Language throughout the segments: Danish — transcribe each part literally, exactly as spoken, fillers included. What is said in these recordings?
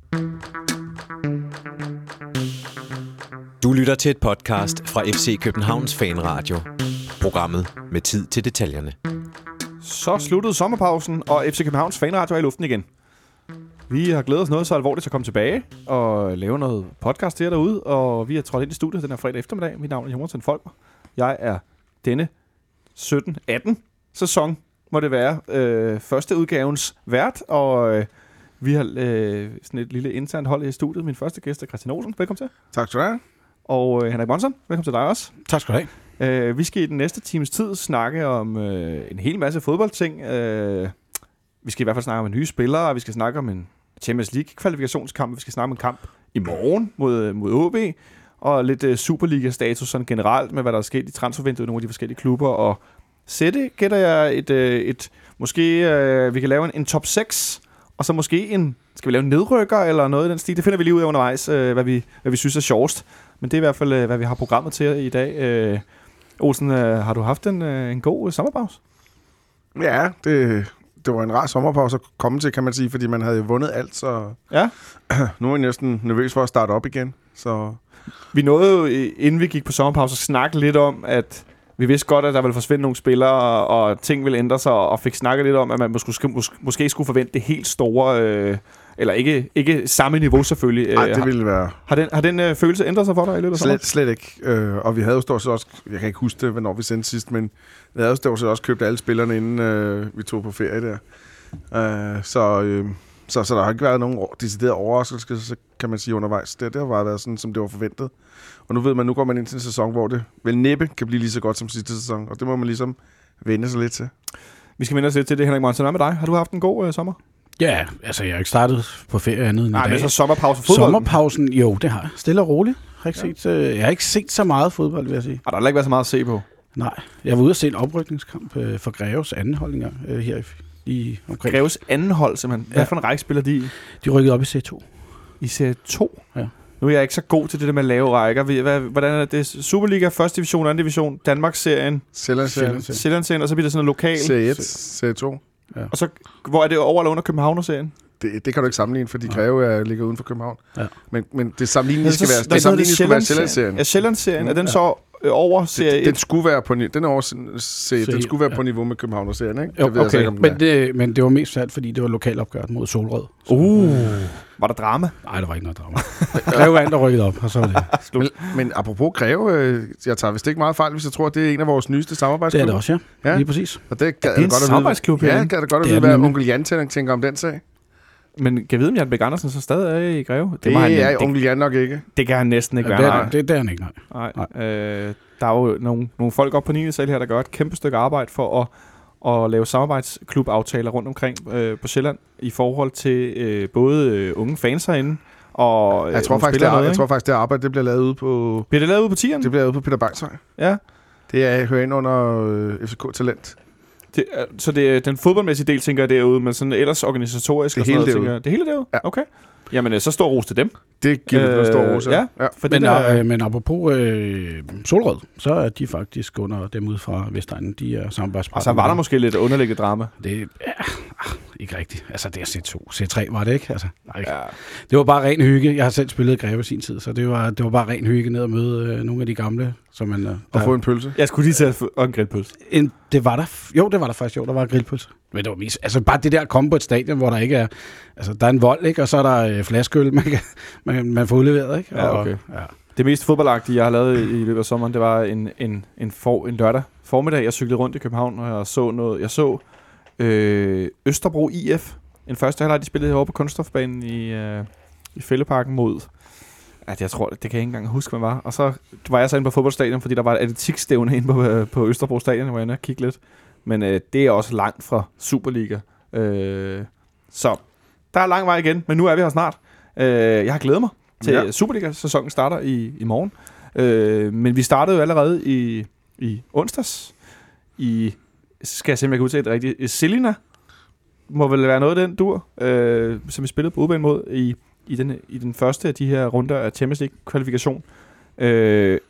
Du lytter til et podcast fra F C Københavns Fanradio. Programmet med tid til detaljerne. Så sluttede sommerpausen, og F C Københavns Fanradio er i luften igen. Vi har glædet os noget så alvorligt til at komme tilbage og lave noget podcast til jer derude, og vi er trådt ind i studiet den her fredag eftermiddag. Mit navn er Jonathan Folker. Jeg er denne sytten atten sæson, må det være, øh, første udgavens vært, og øh, vi har øh, sådan et lille internt hold i studiet. Min første gæst er Christian Olsen. Velkommen til. Tak skal du have. Og øh, Henrik Monson, velkommen til dig også. Tak skal du have. Øh, vi skal i den næste times tid snakke om øh, en hel masse fodboldting. Øh, vi skal i hvert fald snakke om en nye spillere, vi skal snakke om en Champions League-kvalifikationskamp, vi skal snakke om en kamp i morgen mod, mod O B, og lidt øh, Superliga-status sådan generelt med, hvad der er sket i transfervinduet i nogle af de forskellige klubber. Og sætte, gætter jeg et, øh, et måske øh, vi kan lave en, en top seks, og så måske en, skal vi lave en nedrykker eller noget i den stil. Det finder vi lige ud af undervejs, øh, hvad, vi, hvad vi synes er sjovest. Men det er i hvert fald, øh, hvad vi har programmet til i dag. Øh, Olsen, øh, har du haft en, øh, en god øh, sommerpause? Ja, det, det var en rar sommerpause at komme til, kan man sige, fordi man havde jo vundet alt, så Ja. nu er jeg næsten nervøs for at starte op igen. Så Vi nåede jo, inden vi gik på sommerpause, at snakke lidt om, at vi vidste godt, at der ville forsvinde nogle spillere, og ting ville ændre sig, og fik snakket lidt om, at man måske, måske, måske skulle forvente det helt store, øh, eller ikke, ikke samme niveau selvfølgelig. nej, det ville være Har den, har den øh, følelse ændret sig for dig i løbet af sommeren? slet, slet ikke. Øh, og vi havde jo stort set også, jeg kan ikke huske det, hvornår vi sendte sidst, men vi havde jo stort set også købt alle spillerne, inden øh, vi tog på ferie der. Øh, så, øh, så, så der har ikke været nogen decideret overraskelse, kan man sige, undervejs. Det, det har bare været sådan, som det var forventet. Og nu ved man, nu går man ind til en sæson, hvor det vel næppe kan blive lige så godt som sidste sæson. Og det må man ligesom vende sig lidt til. Vi skal vende os lidt til det, Henrik Monsen. Hvad med dig? Har du haft en god øh, sommer? Ja, altså jeg har ikke startet på ferie andet end Nej, i men dag. så sommerpause fodbold. Sommerpausen, jo, det har jeg. Stille og roligt. Jeg har ikke, Ja. set, øh, jeg har ikke set så meget fodbold, vil jeg sige. Og der har ikke været så meget at se på. Nej, jeg var ude at se en oprykningskamp øh, for Greves andenholdninger øh, her i, i omkring. Greves anden hold, simpelthen. Hvad Ja. for en række spiller de i? De rykkede op i C to. I serie to? Ja. Nu er jeg ikke så god til det der med lave rækker. Hvad, hvordan er det? Superliga, første division, anden division, Danmarksserien, Sjællandsserien, Sjællandsserien, og så bliver det sådan noget lokal. serie et, serie to. Og så, hvor er det over eller under Københavnerserien? Det, det kan du ikke sammenligne, fordi Nej. Greve er, ligger uden for København. Ja. Men, men det sammenligning skal være, Hvad det så hedder sammenligning skulle være Sjællandsserien. Ja, Sjællandsserien. Er den Ja. så øh, over serie Den, den et? skulle være på, ni- den er over, serie, den Serie, skulle være ja. på niveau med Københavnerserien, ikke? Jo, Det ved jeg så okay. ikke, om den men, er. det, men det var mest alt, fordi det var lokalopgør mod Solrød. Uh, var der drama? Nej, der var ikke noget drama. Greve vandt og rykkede op, og så var det. Men, men apropos Greve, øh, jeg tager vist ikke meget fejl, hvis jeg tror, at det er en af vores nyeste Det er samarbejdsklubber. det også, ja. Ja. Lige præcis. Og det gad det er jeg en godt at vide. samarbejdsklub Ja, herinde. gad jeg godt at Det vide, er hvad det nemlig. onkel Jan tænker, tænker om den sag. Men kan jeg vide, om Jan Bæk Andersen så stadig er i Greve? Det, må han, er det, onkel Jan nok ikke. det kan han næsten ikke Ja, være. det, Nej. er, det, det er han ikke, nej. Nej. Øh, der er jo nogle, nogle folk op på niende sal her, der gør et kæmpe stykke arbejde for at, at lave samarbejdsklubaftaler rundt omkring øh, på Sjælland i forhold til øh, både øh, unge fans herinde og øh, Jeg tror, nogle faktisk, det spillere er, med, jeg ikke? tror faktisk, det arbejde det bliver lavet ude på, Bliver det lavet ude på tieren? det bliver lavet ude på Peter Bangsvej. Ja. Det er hører ind under øh, F C K Talent. Det, er- så det er den fodboldmæssige del, tænker jeg, derude, men sådan ellers organisatorisk Det og sådan hele noget, derude. tænker jeg. Det hele derude? Ja. Okay. Jamen, øh, så står ros til dem. Det giver øh, en stor ros. ja. ja. For Men, det der, øh, men apropos øh, Solrød, så er de faktisk under dem ude fra Vestegnen. De er samarbejdspartnere. og så var der måske lidt underliggende drama. Det ja, ah, ikke rigtigt. Altså, det er C to. C tre var det ikke? Altså, nej, Ja. det var bare ren hygge. Jeg har selv spillet i Greve i sin tid, så det var, det var bare ren hygge ned og møde øh, nogle af de gamle, som man... Øh, Og der- få en pølse. Jeg skulle lige til at få og en grillpølse. en, det var der. f- Jo, det var der faktisk. Jo, der var grillpølse. Men det var mest... Altså, bare det der at komme på et stadion, hvor der ikke er... Altså, der er en vold, ikke? Og så er der øh, flaskeøl, man, kan, man, man får udleveret, ikke? Ja, Og, okay. ja. Det mest fodboldagtige, jeg har lavet i i løbet af sommeren, det var en, en, en, for, en lørdag formiddag. Jeg cyklede rundt i København, og jeg så noget. Jeg så øh, Østerbro I F. En første halvleg, de spillede herovre på Kunststofbanen i, øh, i Fælleparken mod... At jeg tror, det kan jeg ikke engang huske, hvad var. Og så var jeg så inde på fodboldstadion, fordi der var et atletikstævne inde på, øh, på Østerbro Stadion, hvor jeg inde og kigge lidt. Men øh, det er også langt fra Superliga. Øh, så der er lang vej igen, men nu er vi her snart. Øh, jeg har glædet mig til Ja. ja. Superliga-sæsonen starter i, i morgen. Øh, men vi startede jo allerede i, i onsdags. I, skal jeg se, om jeg kan udtale det rigtigt, Selina må vel være noget af den dur, øh, som vi spillede på udbanen mod i, i, den, i den første af de her runder af Champions League-kvalifikation. Øh,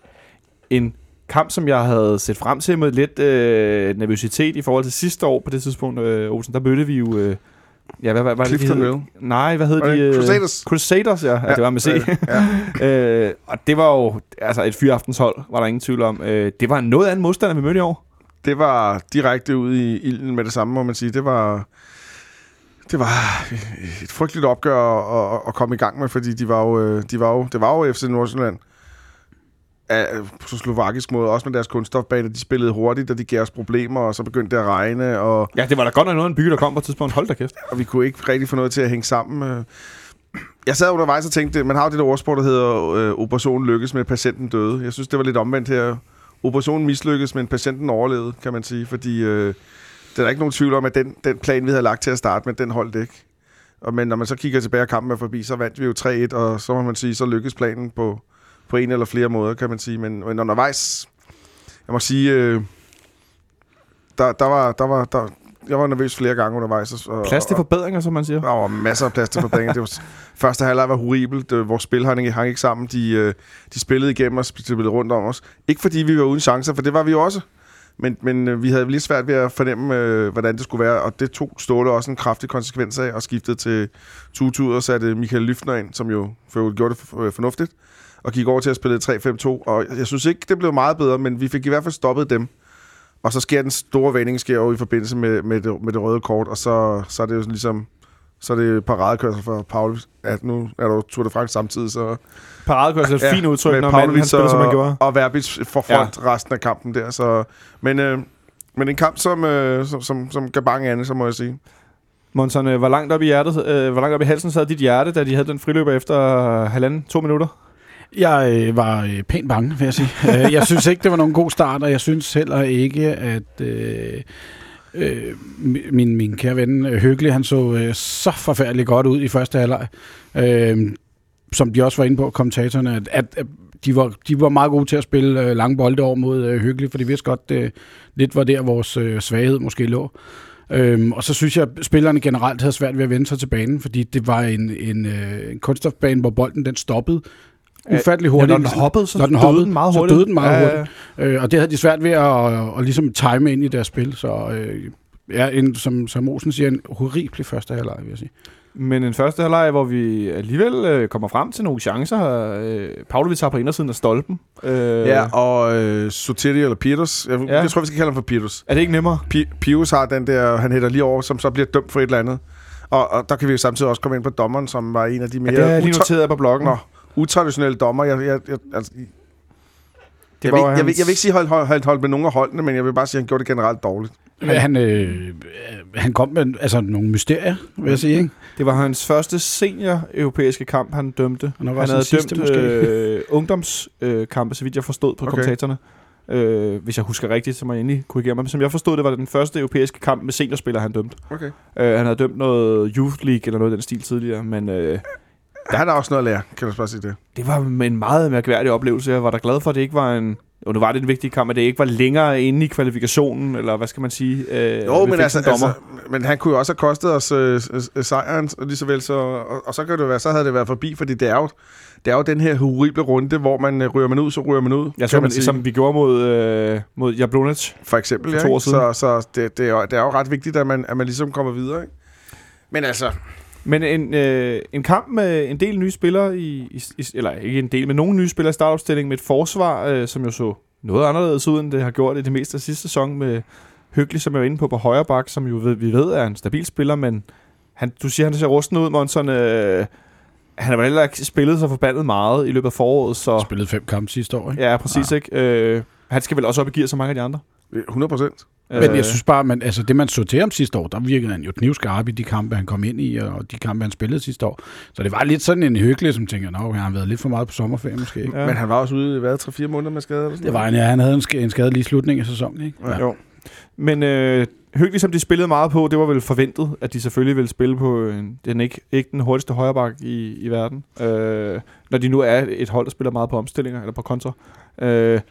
en kamp, som jeg havde set frem til med lidt øh, nervøsitet i forhold til sidste år på det tidspunkt, øh, Olsen, der mødte vi jo øh, Ja, hvad, hvad, hvad Clifton Hill. Nej, hvad hed de? Crusaders. Crusaders, ja. ja. ja det var med C. Ja. øh, og det var jo altså et fyraftenshold, var der ingen tvivl om. Øh, det var noget andet modstander, vi mødte i år. Det var direkte ud i ilden med det samme, må man sige. Det var, det var et frygteligt opgør at, at komme i gang med, fordi de var jo, de var jo, det var jo F C Nordsjælland. På slovakisk måde, også med deres kunststofbane, de spillede hurtigt, og de gav os problemer, og så begyndte det at regne. Og ja, det var da godt nok noget af en bygge, der kom på et tidspunkt. Hold da kæft. Og vi kunne ikke rigtig få noget til at hænge sammen. Jeg sad undervejs og tænkte, man har jo det der ordsprog, der hedder, øh, operationen lykkes med patienten døde. Jeg synes, det var lidt omvendt her. Operationen mislykkes, men patienten overlevede, kan man sige, fordi øh, der er ikke nogen tvivl om, at den, den plan, vi havde lagt til at starte med, den holdt ikke. Og, men når man så kigger tilbage, og kampen er forbi, så vandt vi jo tre et, og så må man sige, så lykkes planen på på en eller flere måder, kan man sige. Men, men undervejs, jeg må sige, øh, der, der, var, der, var, der, jeg var nervøs flere gange undervejs. Og, plads til forbedringer, som man siger. Der var masser af plads til forbedringer. Det var, første halvleg var horribelt. Vores spil hang, hang ikke sammen. De, de spillede igennem os, spillede rundt om os. Ikke fordi vi var uden chancer, for det var vi jo også. Men, men vi havde lidt svært ved at fornemme, øh, hvordan det skulle være. Og det tog Ståle også en kraftig konsekvens af, og skiftede til Tutu og satte Michael Lyftner ind, som jo gjorde det fornuftigt. Og gik over til at spille tre fem to, og jeg synes ikke, det blev meget bedre, men vi fik i hvert fald stoppet dem. Og så sker den store vending, sker jo i forbindelse med, med, det, med det røde kort, og så, så er det jo ligesom, så er det paradekørsel for Paul, at nu er der jo Tour de France samtidig, så... Paradekørsel er et ja, fint udtryk, når manden, han spiller, som han gjorde. Og Verbitz for front ja. resten af kampen der, så... Men, øh, men en kamp, som, øh, som, som, som gav bange andet, så må jeg sige. Monson, øh, hvor langt op i hjertet, øh, hvor langt op i halsen sad dit hjerte, da de havde den friløber efter halvanden, to minutter? Jeg øh, var øh, pænt bange, vil jeg sige. uh, jeg synes ikke, det var nogen god start, og jeg synes heller ikke, at øh, øh, min, min kære ven Høgli, han så øh, så forfærdeligt godt ud i første halvleg. Øh, som de også var inde på, kommentatorerne, at, at, at de, var, de var meget gode til at spille øh, lange bolde over mod øh, Høgli, for de vidste godt, øh, lidt var der vores øh, svaghed måske lå. Øhm, og så synes jeg, at spillerne generelt havde svært ved at vende sig til banen, fordi det var en, en, øh, en kunststofbane, hvor bolden den stoppede ufattelig hurtigt. Ja, når den hoppede, så, når den døde hoppede, den meget så hurtigt. døde den meget ja, ja. hurtigt. Øh, og det havde de svært ved at, at, at ligesom time ind i deres spil. Så øh, ja, en, som, som Olsen siger, en horribel første halvleg, vil jeg sige. Men en første halvleg, hvor vi alligevel øh, kommer frem til nogle chancer. Øh, Pavlovic har på indersiden af stolpen. Øh, ja, og øh, Sotiri eller Pieters. Jeg, ja. jeg tror, vi skal kalde ham for Pieters. Er det ikke nemmere? P- Pius har den der, han hætter lige over, som så bliver dømt for et eller andet. Og, og der kan vi jo samtidig også komme ind på dommeren, som var en af de mere... Ja, det er lige noteret på bloggen. Nå, utraditionelle dommer. Jeg, jeg, jeg, altså, det jeg, vil, jeg, vil, jeg vil ikke sige hold, hold, hold, hold med nogen af holdene, men jeg vil bare sige, at han gjorde det generelt dårligt. Men han, øh, han kom med altså, nogle mysterier, vil jeg sige, ikke? Det var hans første senior-europæiske kamp, han dømte. Han havde dømt sidste, øh, ungdomskampe, øh, så vidt jeg forstod på okay. kommentatorerne. Øh, hvis jeg husker rigtigt, så må jeg endelig korrigere mig. Men som jeg forstod, det var den første europæiske kamp med seniorspillere, han dømte. Okay. Øh, han havde dømt noget Youth League eller noget af den stil tidligere, men... Øh, han har også noget at lære, kan du bare sige det. Det var en meget mærkværdig oplevelse. Jeg var da glad for, at det ikke var en... Og nu var det en vigtig kamp, at det ikke var længere inde i kvalifikationen, eller hvad skal man sige? Øh, jo, men, altså, altså, men han kunne jo også have kostet os øh, øh, sejren, lige så vel, så, og, og så, kan det være, så havde det været forbi, fordi det er jo, det er jo den her horrible runde, hvor man øh, ryger man ud, så ryger man ud. Ja, så man, som vi gjorde mod, øh, mod Jablonec. For eksempel, for to ja, år siden. Så, så det, det, er jo, det er jo ret vigtigt, at man, at man ligesom kommer videre. Ikke? Men altså... Men en, øh, en kamp med en del nye spillere, i, i, eller ikke en del, men nogle nye spillere i startopstillingen med et forsvar, øh, som jo så noget anderledes ud, end det har gjort i det meste af sidste sæson med Høgli, som jeg var inde på på højre bak, som jo ved, vi ved er en stabil spiller, men han, du siger, han ser rusten ud, Monson. Øh, han har vel heller ikke spillet så forbandet meget i løbet af foråret. Så... Spillet fem kampe sidste år, ikke? Ja, præcis, ja. Ikke? Øh, han skal vel også op i gear som mange af de andre. hundrede procent. Men jeg synes bare, man, altså det man så til ham sidste år, der virkede han jo knivskarp i de kampe, han kom ind i, og de kampe, han spillede sidste år. Så det var lidt sådan en Høgli, som tænker, nå, han har været lidt for meget på sommerferie måske. Ja. Men han var også ude i, hvad, tre fire måneder med skade? Eller sådan det var han, ja. Han havde en, sk- en skadelig slutning af sæsonen, ikke? Ja. Jo. Men øh, Høgli, som de spillede meget på, det var vel forventet, at de selvfølgelig ville spille på en, den ikke, ikke den hurtigste højreback i, i verden. Øh, når de nu er et hold, der spiller meget på omstillinger, eller på kontra. Øh,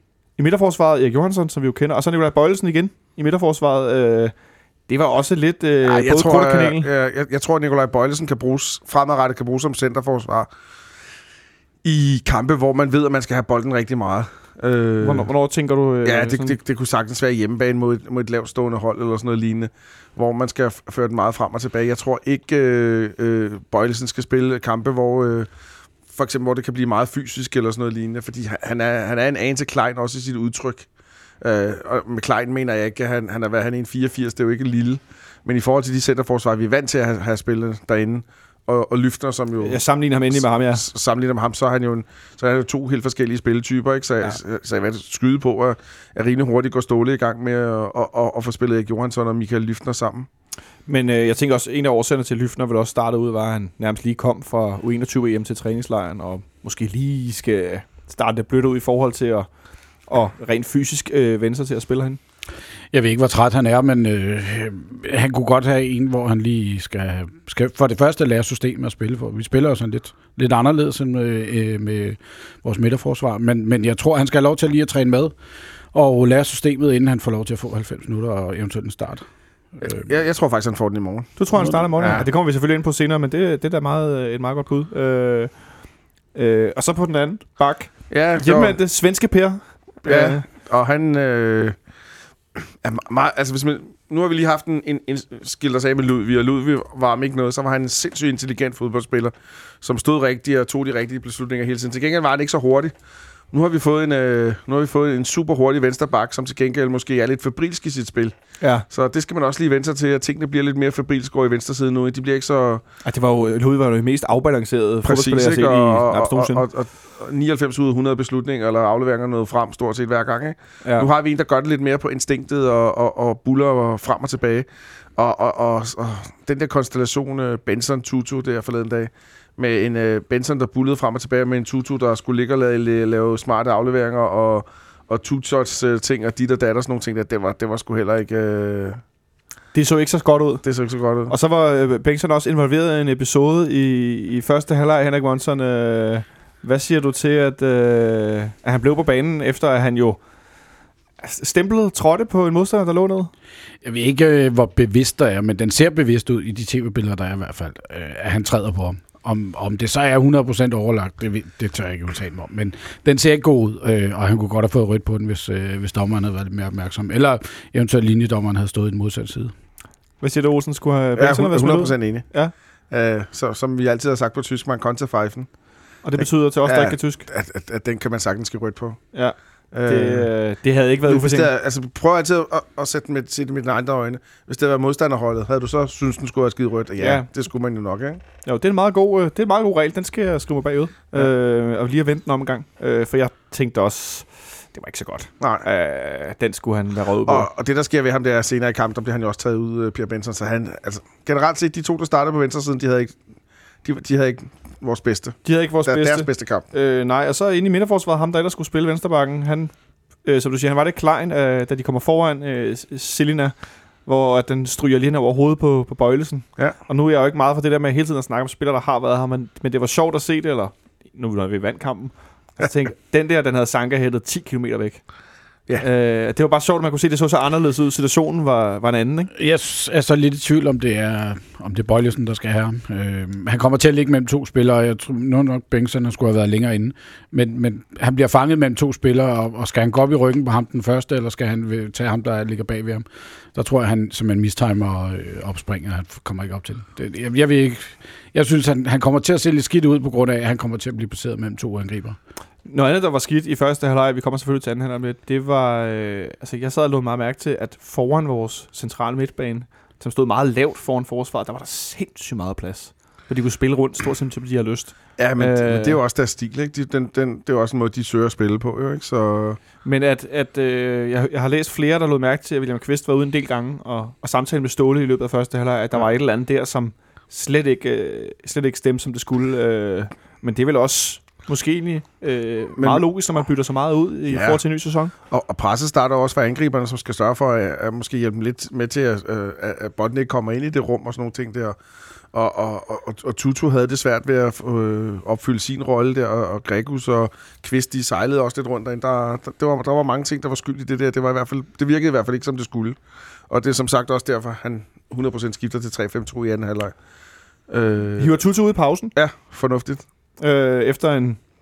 I midterforsvaret, Erik Johansson, som vi jo kender, og så Nikolaj Bøjlesen igen i midterforsvaret. Øh, det var også lidt øh, Ej, jeg både tror, kort og kanel. Jeg, jeg, jeg tror, at Nikolaj Bøjlesen kan bruges, fremadrettet kan bruges som centerforsvar i kampe, hvor man ved, at man skal have bolden rigtig meget. Øh, Hvornår, hvornår tænker du... Øh, ja, det, det, det kunne sagtens være hjemmebane mod et, mod et lavtstående hold eller sådan noget lignende, hvor man skal føre den meget frem og tilbage. Jeg tror ikke, øh, øh, Bøjlesen skal spille kampe, hvor... Øh, for eksempel, hvor det kan blive meget fysisk eller sådan noget lignende, fordi han er, han er en anelse Klein også i sit udtryk. Øh, og med Klein mener jeg ikke, at han, han er været han er en fireogfirs, det er jo ikke lille. Men i forhold til de centerforsvar, vi er vant til at have, have spillet derinde, og, og Lyftner, som jo... Jeg sammenligner ham endelig med ham, ja. Sammenligner med ham, så er han jo, en, så er han jo to helt forskellige spilletyper, ikke? Så, ja. så, så jeg vil skyde på, at, at rimelig hurtigt går Ståle i gang med at, at, at, at få spillet Erik Johansson og Michael Lyftner sammen. Men øh, jeg tænker også, en af årsagerne til Lyftner vil også starte ud, var, at han nærmest lige kom fra U enogtyve E M til træningslejren, og måske lige skal starte det blødt ud i forhold til at og rent fysisk øh, vende sig til at spille hende. Jeg ved ikke, hvor træt han er, men øh, han kunne godt have en, hvor han lige skal, skal for det første lære systemet at spille for. Vi spiller jo sådan lidt, lidt anderledes end med, øh, med vores midterforsvar, men, men jeg tror, han skal have lov til lige at træne med og lære systemet, inden han får lov til at få halvfems minutter og eventuelt en start. Jeg, jeg tror faktisk, han får den i morgen. Du tror, han starter i morgen? Ja. Ja. Det kommer vi selvfølgelig ind på senere, men det, det er da meget, et meget godt bud. Øh, øh, og så på den anden bak. Ja, Hjemmevendte svenske Per. Ja, øh. og han... Øh, er meget, altså hvis man, nu har vi lige haft en, en, en skilt os af med Ludvig, og Ludvig var ham ikke noget, så var han en sindssygt intelligent fodboldspiller, som stod rigtigt og tog de rigtige beslutninger hele tiden. Til gengæld var han ikke så hurtig. Nu har vi fået en, øh, nu har vi fået en super hurtig vensterbak, som til gengæld måske er lidt febrilsk i sit spil. Ja. Så det skal man også lige vente sig til, at tingene bliver lidt mere febrilsk over i venstre side nu. De bliver ikke så... Ej, det var jo, Ludvig var jo det mest afbalancerede fodboldspiller, jeg har set og, i og, og, og, og, og nioghalvfems ud af hundrede beslutninger eller afleveringer noget frem stort set hver gang. Ikke? Ja. Nu har vi en, der gør det lidt mere på instinktet og, og, og buller frem og tilbage. Og, og, og, og den der konstellation Benson-Tutu der forleden dag, med en uh, Benson, der bullede frem og tilbage med en Tutu, der skulle ligge og lave, lave smarte afleveringer og, og two-shots uh, ting og dit og datter, sådan nogle ting, der, det, var, det var sgu heller ikke... Uh, det så ikke så godt ud. Det så ikke så godt ud. Og så var uh, Bengtsson også involveret i en episode i, i første halvleg, Henrik Monson. Uh, hvad siger du til, at, uh, at han blev på banen, efter at han jo stemplede, trådte på en modstander, der lå ned? Jeg ved ikke, hvor bevidst der er, men den ser bevidst ud i de tv-billeder, der er i hvert fald, at han træder på ham. Om, om det så er hundrede procent overlagt, det, det tør jeg ikke udtale mig om. Men den ser ikke god ud, øh, og han kunne godt have fået rødt på den, hvis, øh, hvis dommeren havde været lidt mere opmærksom. Eller eventuelt linjedommeren havde stået i den modsatte side. Hvad siger du, Olsen? Skulle have ja, hundrede procent enig. Ja. Uh, så, som vi altid har sagt på tysk, man konter pfeifen. Og det betyder til os, der ja, ikke kan tysk? At, at, at den kan man sagtens give rødt på. Ja. Det, øh, det havde ikke været uforsinket. Altså, prøv altid at, at sætte det med, se det med dine andre øjne. Hvis det var modstanderholdet, havde du så synes den skulle have skidt rødt? Ja, ja, det skulle man jo nok, ikke? Jo, det er en meget god, det er en meget god regel. Den skal jeg skrive mig bagud. Ja. Øh, og lige at vente den om en gang. Øh, for jeg tænkte også, det var ikke så godt. Nej. Øh, den skulle han være rød på. Og, og det, der sker ved ham, det er senere i kampen, der bliver han jo også taget ud, Pierre Benson. Så han, altså, generelt set, de to, der startede på venstre siden, de havde ikke, de, de havde ikke vores bedste. De havde ikke vores der, bedste. Deres bedste kamp. Øh, nej, og så inde i midterforsvaret, ham der ellers skulle spille venstrebakken, han... Øh, som du siger, han var det Klein, øh, da de kommer foran øh, Selina, hvor at den stryger lige hen over hovedet på, på Bøjlesen. Ja. Og nu er jeg jo ikke meget for det der med hele tiden at snakke om spillere, der har været her, men, men det var sjovt at se det, eller nu når vi vandt kampen. Jeg tænkte, den der, den havde Sanka hættet ti kilometer væk. Ja. Øh, det var bare sjovt, at man kunne se, at det så så anderledes ud. Situationen var, var en anden, ikke? Jeg er så lidt i tvivl, om det er, om det er Bøjlesen, der skal have ham. Øh, han kommer til at ligge mellem to spillere, og jeg tror nu nok, Bengtsson skulle have været længere inde. Men, men han bliver fanget mellem to spillere, og, og skal han gå op i ryggen på ham den første, eller skal han tage ham, der ligger bag ved ham? Der tror jeg, han som en mistimer øh, opspringer, han kommer ikke op til det. Jeg, jeg, ved ikke, jeg synes, han, han kommer til at se lidt skidt ud, på grund af, at han kommer til at blive placeret mellem to angriber. Noget andet, der var skidt i første halvleg, vi kommer selvfølgelig til anden halvleg med, det var, øh, altså jeg sad og lå meget mærke til, at foran vores centrale midtbane, som stod meget lavt foran forsvaret, der var der sindssygt meget plads. For de kunne spille rundt, stort set som de har lyst. Ja, men, øh, men det er jo også deres stil, ikke? De, den, den, det er jo også en måde, de søger at spille på, jo, ikke? Så... Men at, at øh, jeg, jeg har læst flere, der lod mærke til, at William Kvist var ude en del gange, og, og samtale med Ståle i løbet af første halvleg, at der ja. var et eller andet der, som slet ikke, øh, slet ikke stemte, som det skulle. Øh, men det er vel også... Måske egentlig øh, men, meget logisk, når man bytter så meget ud i ja. forhold til en ny sæson. Og, og presset starter også for angriberne, som skal sørge for at, at måske hjælpe dem lidt med til, at, at, at bolden ikke kommer ind i det rum og sådan nogle ting der. Og, og, og, og Tutu havde det svært ved at øh, opfylde sin rolle der, og, og Gregus og Kvist, de sejlede også lidt rundt derinde. Der, der, der, var, der var mange ting, der var skyld i det der. Det, var i hvert fald, det virkede i hvert fald ikke, som det skulle. Og det er som sagt også derfor, han hundrede procent skifter til tre fem to i anden halvleg. Øh, Hiver Tutu ud i pausen? Ja, fornuftigt. Øh, efter en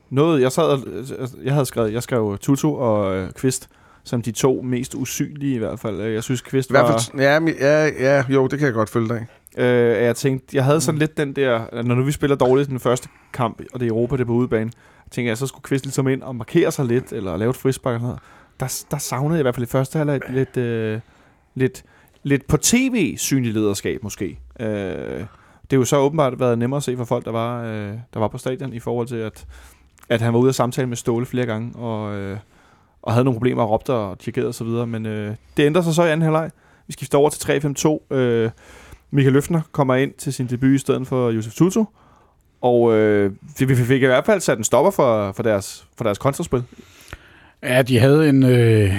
noget, jeg sad og, jeg havde skrevet, jeg skrev Tutu og øh, Kvist som de to mest usynlige i hvert fald. Jeg synes, Kvist var... Fald, ja, ja, ja, jo, det kan jeg godt følge dig af. Øh, jeg tænkte, jeg havde sådan lidt den der, når nu vi spiller dårligt i den første kamp, og det er Europa, det er på udebane, tænkte jeg, så skulle Kvist ligesom ind og markere sig lidt, eller lave et frispark eller noget. Der, der savnede jeg i hvert fald i første halvleg lidt, øh, lidt, lidt på tv synlig lederskab måske. Øh, det er jo så åbenbart været nemmere at se for folk, der var, øh, der var på stadion, i forhold til, at, at han var ude at samtale med Ståle flere gange, og, øh, og havde nogle problemer og råbte og dirigerede og så videre. Men øh, det ændrer sig så i anden halvleg. Vi skifter over til tre fem to. Øh, Michael Løfner kommer ind til sin debut i stedet for Josef Tutu. Og øh, vi fik i hvert fald sat en stopper for, for, deres, for deres kontraspil. Ja, de havde en... Øh,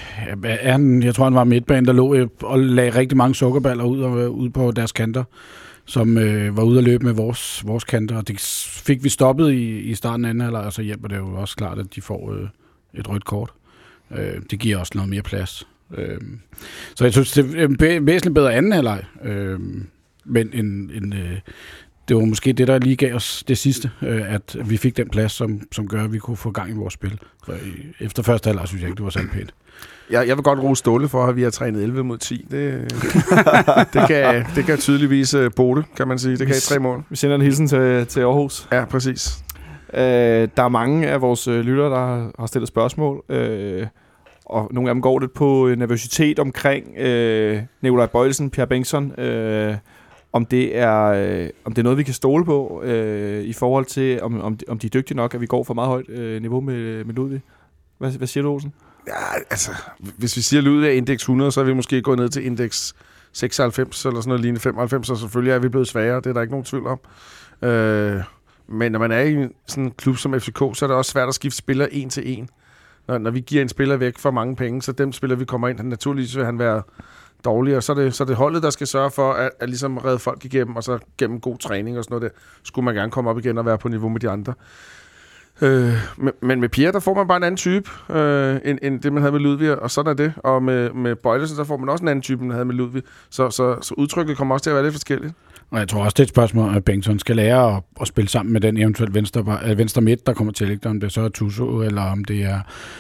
en jeg tror, han var midtbane, der lå og lagde rigtig mange sukkerballer ud, og, ud på deres kanter, som øh, var ude at løbe med vores, vores kanter. Og det fik vi stoppet i, i starten af anden halvleg, og så hjælper det jo også klart, at de får øh, et rødt kort. Øh, det giver også noget mere plads. Øh, så jeg synes, det er en væsentligt bedre anden halvleg. Øh, men en... en øh, det var måske det, der lige gav os det sidste, øh, at vi fik den plads, som, som gør, at vi kunne få gang i vores spil. For efter første halvleg synes jeg ikke, det var sådan pænt. Jeg, jeg vil godt rose Ståle for, at vi har trænet elleve mod ti. Det, det, kan, det kan tydeligvis uh, Bode, kan man sige. Det kan i tre mål. Vi sender en hilsen til, til Aarhus. Ja, præcis. Øh, der er mange af vores øh, lyttere, der har stillet spørgsmål, øh, og nogle af dem går lidt på nervøsitet omkring øh, Nikolaj Bøjlesen, Pierre Bengtsson, øh, om det er øh, om det er noget, vi kan stole på øh, i forhold til, om, om, de, om de er dygtige nok, at vi går for meget højt øh, niveau med, med Ludvig. Hvad, hvad siger du, Olsen? Ja, altså, hvis vi siger Ludvig er indeks hundrede, så er vi måske gået ned til indeks seksoghalvfems, eller sådan noget lignende femoghalvfems, og selvfølgelig er vi blevet svagere, det er der ikke nogen tvivl om. Øh, men når man er i sådan en klub som F C K, så er det også svært at skifte spillere en til en. Når, når vi giver en spiller væk for mange penge, så dem spiller vi kommer ind, naturligvis vil han være dårligere, så er det, så er det holdet, der skal sørge for at, at ligesom redde folk igennem, og så gennem god træning og sådan noget der, skulle man gerne komme op igen og være på niveau med de andre. Øh, men, men med Pierre, der får man bare en anden type, øh, end, end det, man havde med Ludvig, og sådan er det. Og med, med Bøjlesen, der får man også en anden type, end man havde med Ludvig. Så, så, så udtrykket kommer også til at være lidt forskelligt. Og jeg tror også, det er et spørgsmål, at Bengtsson skal lære at, at spille sammen med den eventuelt venstre, venstre midt, der kommer til at ligge der, om det så er Tuso, eller om det er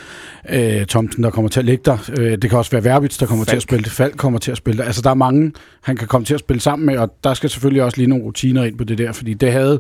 øh, Thomsen, der kommer til at ligge der. Øh, det kan også være Verbitz, der kommer Falk. til at spille det. Falk kommer til at spille det. Altså, der er mange, han kan komme til at spille sammen med, og der skal selvfølgelig også lige nogle rutiner ind på det der, fordi det havde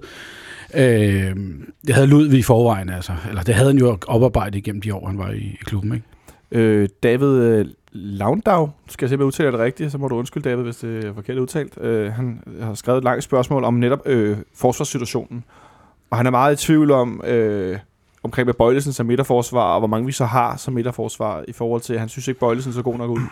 Øh, det havde Ludvig i forvejen, altså. Eller det havde han jo oparbejdet igennem de år, han var i, i klubben, ikke? Øh, David øh, Laundau, skal jeg se, om jeg udtaler det rigtigt, så må du undskylde, David, hvis det er forkert udtalt. Øh, han har skrevet et langt spørgsmål om netop øh, forsvarssituationen. Og han er meget i tvivl om, øh, omkring med Bøjlesen som midterforsvar, og hvor mange vi så har som midterforsvar, i forhold til, at han synes ikke, Bøjlesen så god nok ud.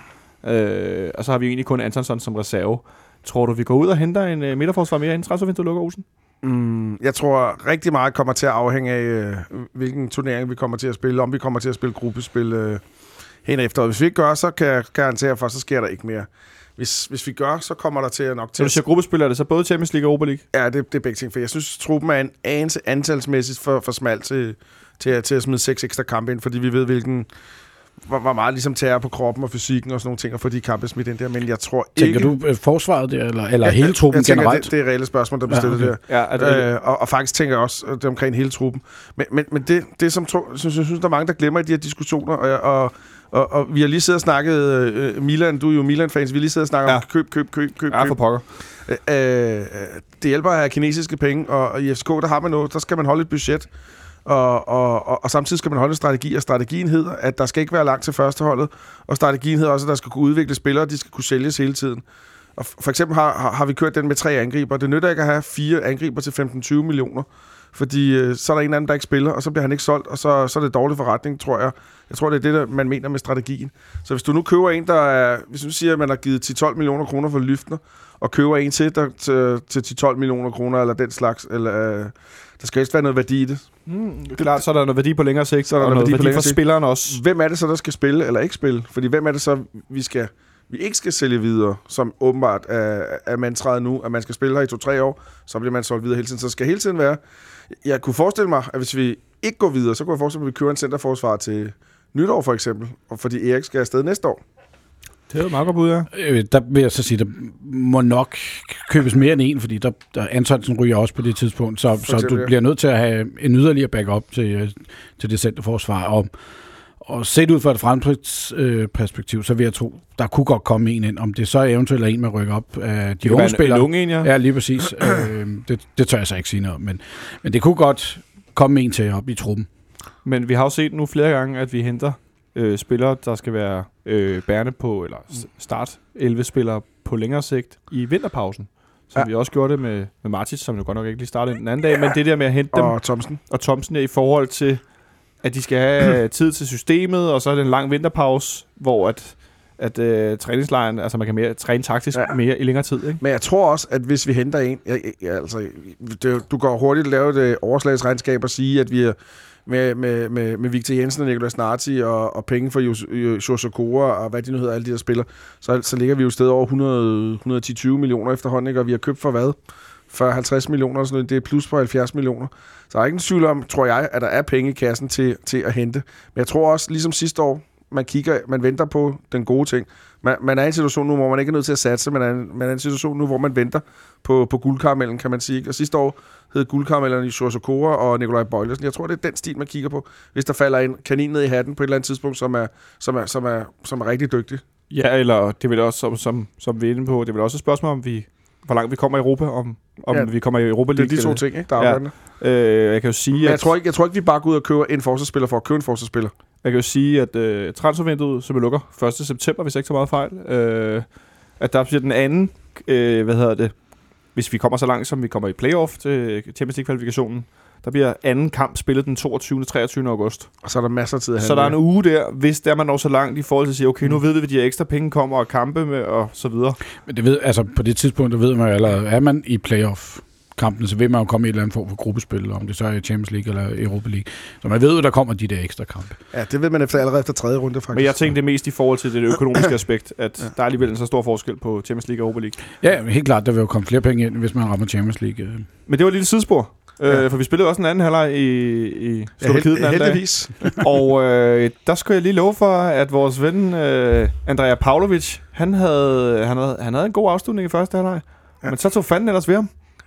Øh, og så har vi egentlig kun Antonsson som reserve. Tror du, vi går ud og henter en øh, midterforsvar mere, inden transfervinduet lukker, Olsen? Mm, jeg tror rigtig meget kommer til at afhænge af, øh, hvilken turnering vi kommer til at spille, om vi kommer til at spille gruppespil øh, hen efter. Hvis vi ikke gør, så kan jeg garantere for, så sker der ikke mere. Hvis, hvis vi gør, så kommer der til at nok til... Så du siger gruppespil, er det så både Champions League og Europa League? Ja, det, det er begge ting, for jeg synes, truppen er en anelse antalsmæssigt for, for smalt til, til, til at smide seks ekstra kampe ind, fordi vi ved, hvilken... Hvor, hvor meget ligesom tager på kroppen og fysikken og sådan nogle ting, og få de kampe smidt ind der, men jeg tror tænker ikke... Tænker du forsvaret der, eller, eller ja, hele truppen jeg tænker, generelt? Det, det er reelle spørgsmål, der bliver stillet ja, okay. der. Ja, det, øh, og, og faktisk tænker jeg også det omkring hele truppen. Men, men, men det, det som tro, synes, jeg synes, der er mange, der glemmer i de her diskussioner, og, og, og, og vi har lige siddet og snakket, uh, Milan, du er jo Milan-fans, vi har lige siddet og snakket ja. om køb, køb, køb, køb, køb. Ja, for pokker. Øh, øh, det hjælper at have kinesiske penge, og, og i F C K, der har man noget, der skal man holde et budget. Og, og, og, og samtidig skal man holde en strategi, og strategien hedder, at der skal ikke være langt til førsteholdet, og strategien hedder også, at der skal kunne udvikle spillere, de skal kunne sælges hele tiden. Og for eksempel har, har, har vi kørt den med tre angriber. Det nytter ikke at have fire angriber til femten til tyve millioner, fordi øh, så er der en anden, der ikke spiller, og så bliver han ikke solgt, og så, så er det dårlig forretning, tror jeg. Jeg tror, det er det, der man mener med strategien. Så hvis du nu køber en, der er, hvis du siger, at man har givet ti til tolv millioner kroner for Lyftner, og køber en til, der, til, til ti til tolv millioner kroner, eller den slags, eller... Øh, der skal helst være noget værdi i det. Mm, klart, så er der noget værdi på længere sigt, så er der og noget noget værdi, værdi for sigt. spilleren også. Hvem er det så, der skal spille eller ikke spille? Fordi hvem er det så, vi skal vi ikke skal sælge videre, som åbenbart er, er mantraet nu, at man skal spille her i to-tre år, så bliver man solgt videre hele tiden. Så skal hele tiden være... Jeg kunne forestille mig, at hvis vi ikke går videre, så kunne jeg forestille mig, at vi kører en centerforsvar til nytår for eksempel, og fordi Erik skal afsted næste år. Det er jo meget godt bud, ja. Øh, der vil jeg så sige, der må nok købes mere end en, fordi der, der Antonsen ryger også på det tidspunkt, så, så du bliver nødt til at have en yderligere backup til, til det centerforsvar. Og, og set ud fra et fremtidsperspektiv, så vil jeg tro, der kunne godt komme en ind. Om det så er eventuelt en, man rykker op af de unge spillere. En unge en, ja. Ja, lige præcis. øh, det, det tør jeg så ikke sige noget om, men, men det kunne godt komme en til op i truppen. Men vi har jo set nu flere gange, at vi henter øh, spillere, der skal være øh, bærende på, eller start elleve spillere på længere sigt i vinterpausen. Så ja. Vi også gjorde det med, med Martis, som jo godt nok ikke lige startede den anden dag, ja. Men det der med at hente dem... Og Thomsen. Og Thomsen er i forhold til, at de skal have tid til systemet, og så er det en lang vinterpause, hvor at, at øh, træningslejren, altså man kan mere, træne taktisk ja. mere i længere tid. Ikke? Men jeg tror også, at hvis vi henter en... Jeg, jeg, altså, det, du går hurtigt lave et overslagsregnskab og sige, at vi er med, med, med, med Victor Jensen og Nicolas Narti og, og penge for Joshua Kora og hvad de nu hedder, alle de der spillere, så, så ligger vi jo et sted over hundrede til tyve millioner efterhånden, ikke? Og vi har købt for hvad? fyrre til halvtreds millioner og sådan noget. Det er plus på halvfjerds millioner. Så der er ikke en tvivl om, tror jeg, at der er penge i kassen til, til at hente. Men jeg tror også, ligesom sidste år, man kigger, man venter på den gode ting. Man, man er i en situation nu, hvor man ikke er nødt til at satse, man er, man er i en situation nu, hvor man venter på, på guldkaramellen, kan man sige. Og sidste år hed guldkaramellerne i Joshua Kora og Nikolaj Bøjlesen. Jeg tror, det er den stil, man kigger på, hvis der falder en kanin ned i hatten på et eller andet tidspunkt, som er, som er, som er, som er rigtig dygtig. Ja, eller det vil også, som, som, som vi er inde på, det vil også et spørgsmål, om vi, hvor langt vi kommer i Europa, om, om ja, vi kommer i Europa League. Det er de to ting, ikke? Der er ja. øh, jeg kan jo sige, Men jeg, at, tror ikke, jeg tror ikke, vi bare går ud og køber en forsvarsspiller for at købe en forsvarsspiller. Jeg kan jo sige, at øh, transfervinduet, som vi lukker første september, hvis jeg ikke så meget fejl, øh, at der bliver den anden, øh, hvad hedder det, hvis vi kommer så langt, som vi kommer i playoff til Champions League-kvalifikationen, der bliver anden kamp spillet den toogtyvende til treogtyvende august. Og så er der masser af tid at handle. Så der er en uge der, hvis der man når så langt i forhold til at sige, okay, nu ved vi, at de ekstra penge kommer og kampe med, og så videre. Men det ved, altså på det tidspunkt, der ved man jo allerede, er man i playoff kampen, så vil man jo komme i et eller andet form for gruppespil, om det så er Champions League eller Europa League. Så man ved jo, der kommer de der ekstra kampe. Ja, det ved man efter, allerede efter tredje runde, faktisk. Men jeg tænkte det mest i forhold til det økonomiske aspekt, at ja. der er alligevel en så stor forskel på Champions League og Europa League. Ja, helt klart, der vil jo komme flere penge ind, hvis man rammer Champions League. Men det var et lille sidespor. Ja. Øh, for vi spillede også en anden halvleg i, i Slovakiet den anden heldigvis. dag. Og øh, der skulle jeg lige love for, at vores ven øh, Andrea Pavlovic, han havde, han, havde, han havde en god afslutning i første halvleg. Ja. Men så tog fanden ellers ved ham.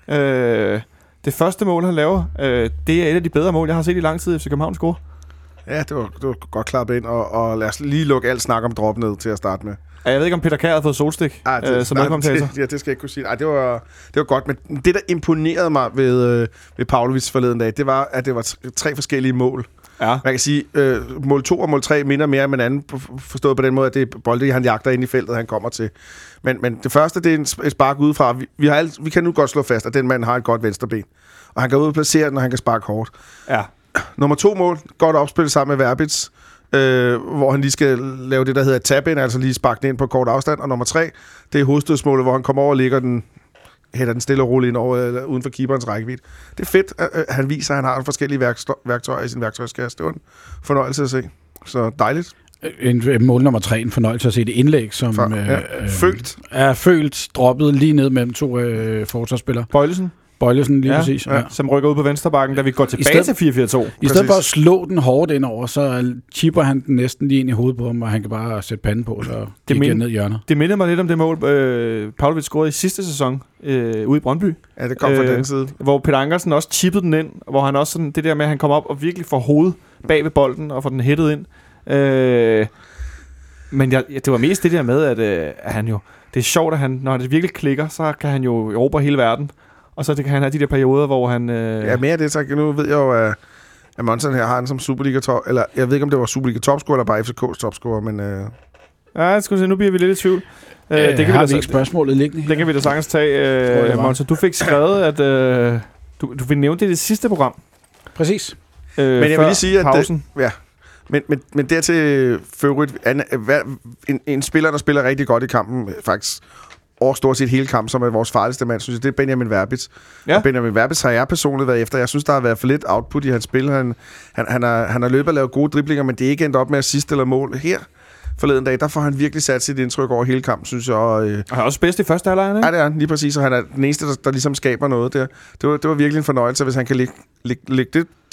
Øh, det første mål, han laver, øh, det er et af de bedre mål, jeg har set i lang tid, F C København score. Ja, det var, det var godt klappet ind, og, og lad os lige lukke alt snak om drop ned til at starte med. Ja, jeg ved ikke, om Peter Kjær havde fået solstik Ej, det, øh, som medkommentator. Ja, det skal jeg ikke kunne sige. Ej, det var, det var godt, men det, der imponerede mig ved, øh, ved Pavlovic forleden dag, det var, at det var tre forskellige mål. Ja. Man kan sige, øh, mål to og mål tre minder mere om en anden, forstået på den måde, at det er bolde, han jagter ind i feltet, han kommer til. Men, men det første, det er et spark udefra. Vi, vi, har alt, vi kan nu godt slå fast, at den mand har et godt venstreben. Og han kan ud og placere den, og han kan sparke hårdt. Ja. Nummer to mål, godt opspillet sammen med Verbitz, øh, hvor han lige skal lave det, der hedder tap-in, altså lige sparke den ind på kort afstand. Og nummer tre, det er hovedstødsmålet, hvor han kommer over og ligger den, hætter den stille og roligt ind over, eller uden for keeperens rækkevidde. Det er fedt, at han viser, at han har forskellige værktøjer i sin værktøjskasse. Det var en fornøjelse at se. Så dejligt. En, mål nummer tre, en fornøjelse at se det indlæg, som For, ja, øh, følt. er følt, droppet lige ned mellem to øh, forsvarsspillere. Bøjlesen. Bøjlesen, lige ja, præcis. Ja. Ja. Som rykker ud på venstrebakken, da vi går tilbage stedet, til fire fire to. I stedet for at slå den hårdt ind over, så chipper han den næsten lige ind i hovedet på ham, og han kan bare sætte panden på, så det gik ned i hjørnet. Det minder mig lidt om det mål, øh, Pavlovic scorede i sidste sæson øh, ude i Brøndby. Ja, det kom fra øh, den side. Hvor Peter Ankersen også chippede den ind, hvor han også sådan, det der med, at han kommer op og virkelig får hovedet bag ved bolden, og får den hættet ind. Øh, men jeg, det var mest det der med, at, øh, at han jo, det er sjovt, at han, når det virkelig klikker, så kan han jo erobre hele verden. Og så kan han have de der perioder, hvor han... Øh... Ja, mere af det, så nu ved jeg jo, at, at Monson her har han som Superliga-top... Eller jeg ved ikke, om det var Superliga-topscorer, eller bare F C K's topscorer, men... Øh... Ja, jeg skulle se, nu bliver vi lidt i tvivl. Øh, det kan har vi, vi ikke spørgsmålet liggende. Det kan vi da sagtens tage, øh, Monson. Du fik skrevet, at... Øh, du, du vil nævne det i det sidste program. Præcis. Øh, men jeg vil lige sige, at... Pausen. Det, ja, men, men, men dertil for øvrigt, en, en, en spiller, der spiller rigtig godt i kampen, faktisk... over stort set hele kampen, som er vores farligste mand, synes jeg, det er Benjamin Verbitz. Ja. Og Benjamin Verbitz har jeg personligt været efter. Jeg synes, der har været for lidt output i hans spil. Han, han, han, har, han har løbet og lavet gode driblinger, men det er ikke endt op med assist eller mål. Her forleden dag, der får han virkelig sat sit indtryk over hele kampen, synes jeg. Og, øh, og han er også bedst i første halvleg, ikke? Ja, det er han, lige præcis. Og han er den eneste, der, der ligesom skaber noget der. Det var, det var virkelig en fornøjelse, hvis han kan lægge, lægge, lægge det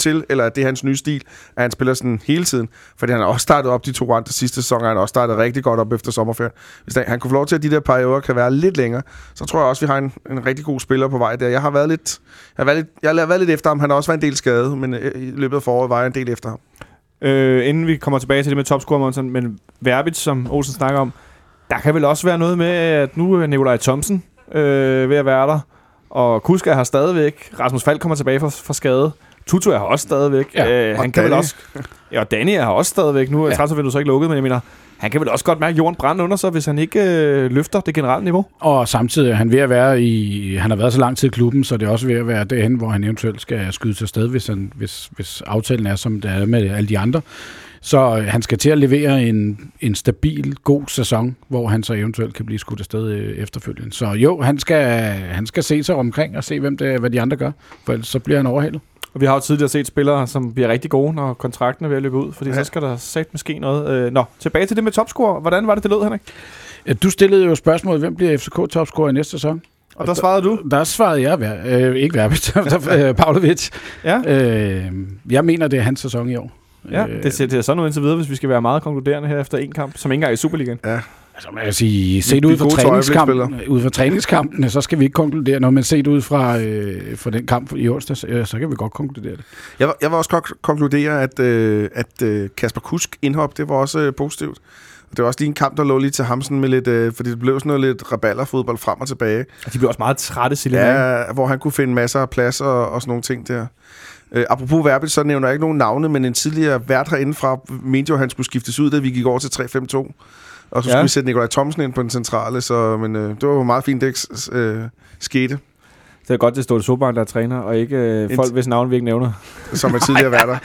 til, eller er det hans nye stil, at han spiller sådan hele tiden? Fordi han har også startet op de to andre sidste sæsoner, han har også startet rigtig godt op efter sommerferien. Hvis han kunne få lov til, at de der perioder kan være lidt længere, så tror jeg også, at vi har en, en rigtig god spiller på vej der. Jeg har været lidt, jeg har været lidt, jeg har været lidt efter ham. Han har også været en del skadet, men i løbet af foråret var jeg en del efter ham. Øh, inden vi kommer tilbage til det med topscorer, men Verbitz, som Olsen snakker om, der kan vel også være noget med, at nu er Nikolaj Thomsen øh, ved at være der, og Kuska har stadigvæk, Rasmus Falk kommer tilbage fra, fra skade, Tutu er også stadigvæk, ja, øh, han kan vel også, ja, og Danny er også stadigvæk, nu er ja. transfervinduet så ikke lukket, men jeg mener, han kan vel også godt mærke jorden brænde under sig, hvis han ikke øh, løfter det generelle niveau. Og samtidig er han ved at være i, han har været så lang tid i klubben, så det er også ved at være derhen, hvor han eventuelt skal skyde til sted, hvis, han, hvis, hvis aftalen er, som det er med alle de andre. Så han skal til at levere en, en stabil, god sæson, hvor han så eventuelt kan blive skudt afsted øh, efterfølgende. Så jo, han skal, han skal se sig omkring og se, hvem det, hvad de andre gør, for ellers så bliver han overhalet. Og vi har jo tidligere set spillere, som bliver rigtig gode, når kontrakten er ved at løbe ud, fordi ja. så skal der sagt måske noget. Øh, nå, tilbage til det med topscorer. Hvordan var det, det lød, Henrik? Du stillede jo spørgsmålet, hvem bliver F C K topscorer i næste sæson? Og, og der svarede du? Der svarede jeg, øh, ikke Verbitz, Pavlovic. Ja. Øh, jeg mener, det er hans sæson i år. Ja, det ser, det er sådan noget indtil videre, hvis vi skal være meget konkluderende her efter en kamp, som ikke engang er i Superligaen. Ja. Altså, man kan sige, set ud fra, træningskampen, ud fra træningskampene, så skal vi ikke konkludere noget, men set ud fra, øh, fra den kamp i onsdag, øh, så kan vi godt konkludere det. Jeg, jeg vil også godt konkludere, at, øh, at øh, Kasper Kusk indhop, det var også øh, positivt. Og det var også lige en kamp, der lå lige til ham sådan med lidt, øh, fordi det blev sådan noget lidt rabalderfodbold frem og tilbage. Og de blev også meget trætte, Silje. Ja, hvor han kunne finde masser af plads og, og sådan nogle ting der. Uh, apropos Verbitz, så nævner jeg ikke nogen navne, men en tidligere vært herindefra mente jo, at han skulle skiftes ud, da vi gik over til tre fem to. Og så ja. skulle vi sætte Nikolaj Thomsen ind på den centrale, så, men uh, det var jo meget fint, det uh, skete. Det er godt, det står det Sobarn, der er træner, og ikke uh, folk, hvis navn vi ikke nævner. Som er tidligere værter.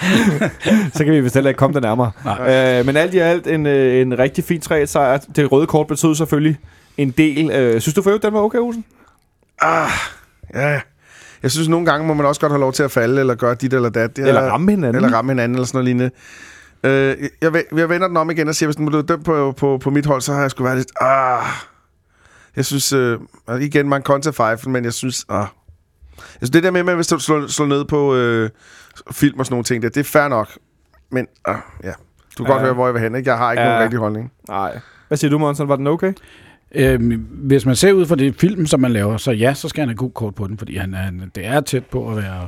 Så kan vi vist heller ikke komme der nærmere. Uh, men alt i alt en, uh, en rigtig fin tre et sejr. Det røde kort betød selvfølgelig en del. Uh, synes du for øvrigt, den var okay, Olsen? Ah, ja. Jeg synes, nogle gange må man også godt have lov til at falde, eller gøre dit eller dat. Eller ramme hinanden. Eller ramme hinanden, eller sådan noget lignende. Øh, jeg, jeg vender den om igen og siger, hvis den blev dømt på, på, på mit hold, så har jeg sgu været lidt... Ah, jeg synes... Øh, igen, man kontra fejfen, men jeg synes... Ah, jeg synes, det der med, at hvis du slår, slår ned på øh, film og sådan nogle ting, det, det er fair nok. Men ah, ja, du kan ja. godt høre, hvor jeg vil hen. Ikke? Jeg har ikke ja. nogen rigtig holdning. Nej. Hvad siger du, Monson? Var den okay? Øhm, hvis man ser ud fra det film, som man laver, så ja, så skal han have god kort på den, fordi han er, det er tæt på at være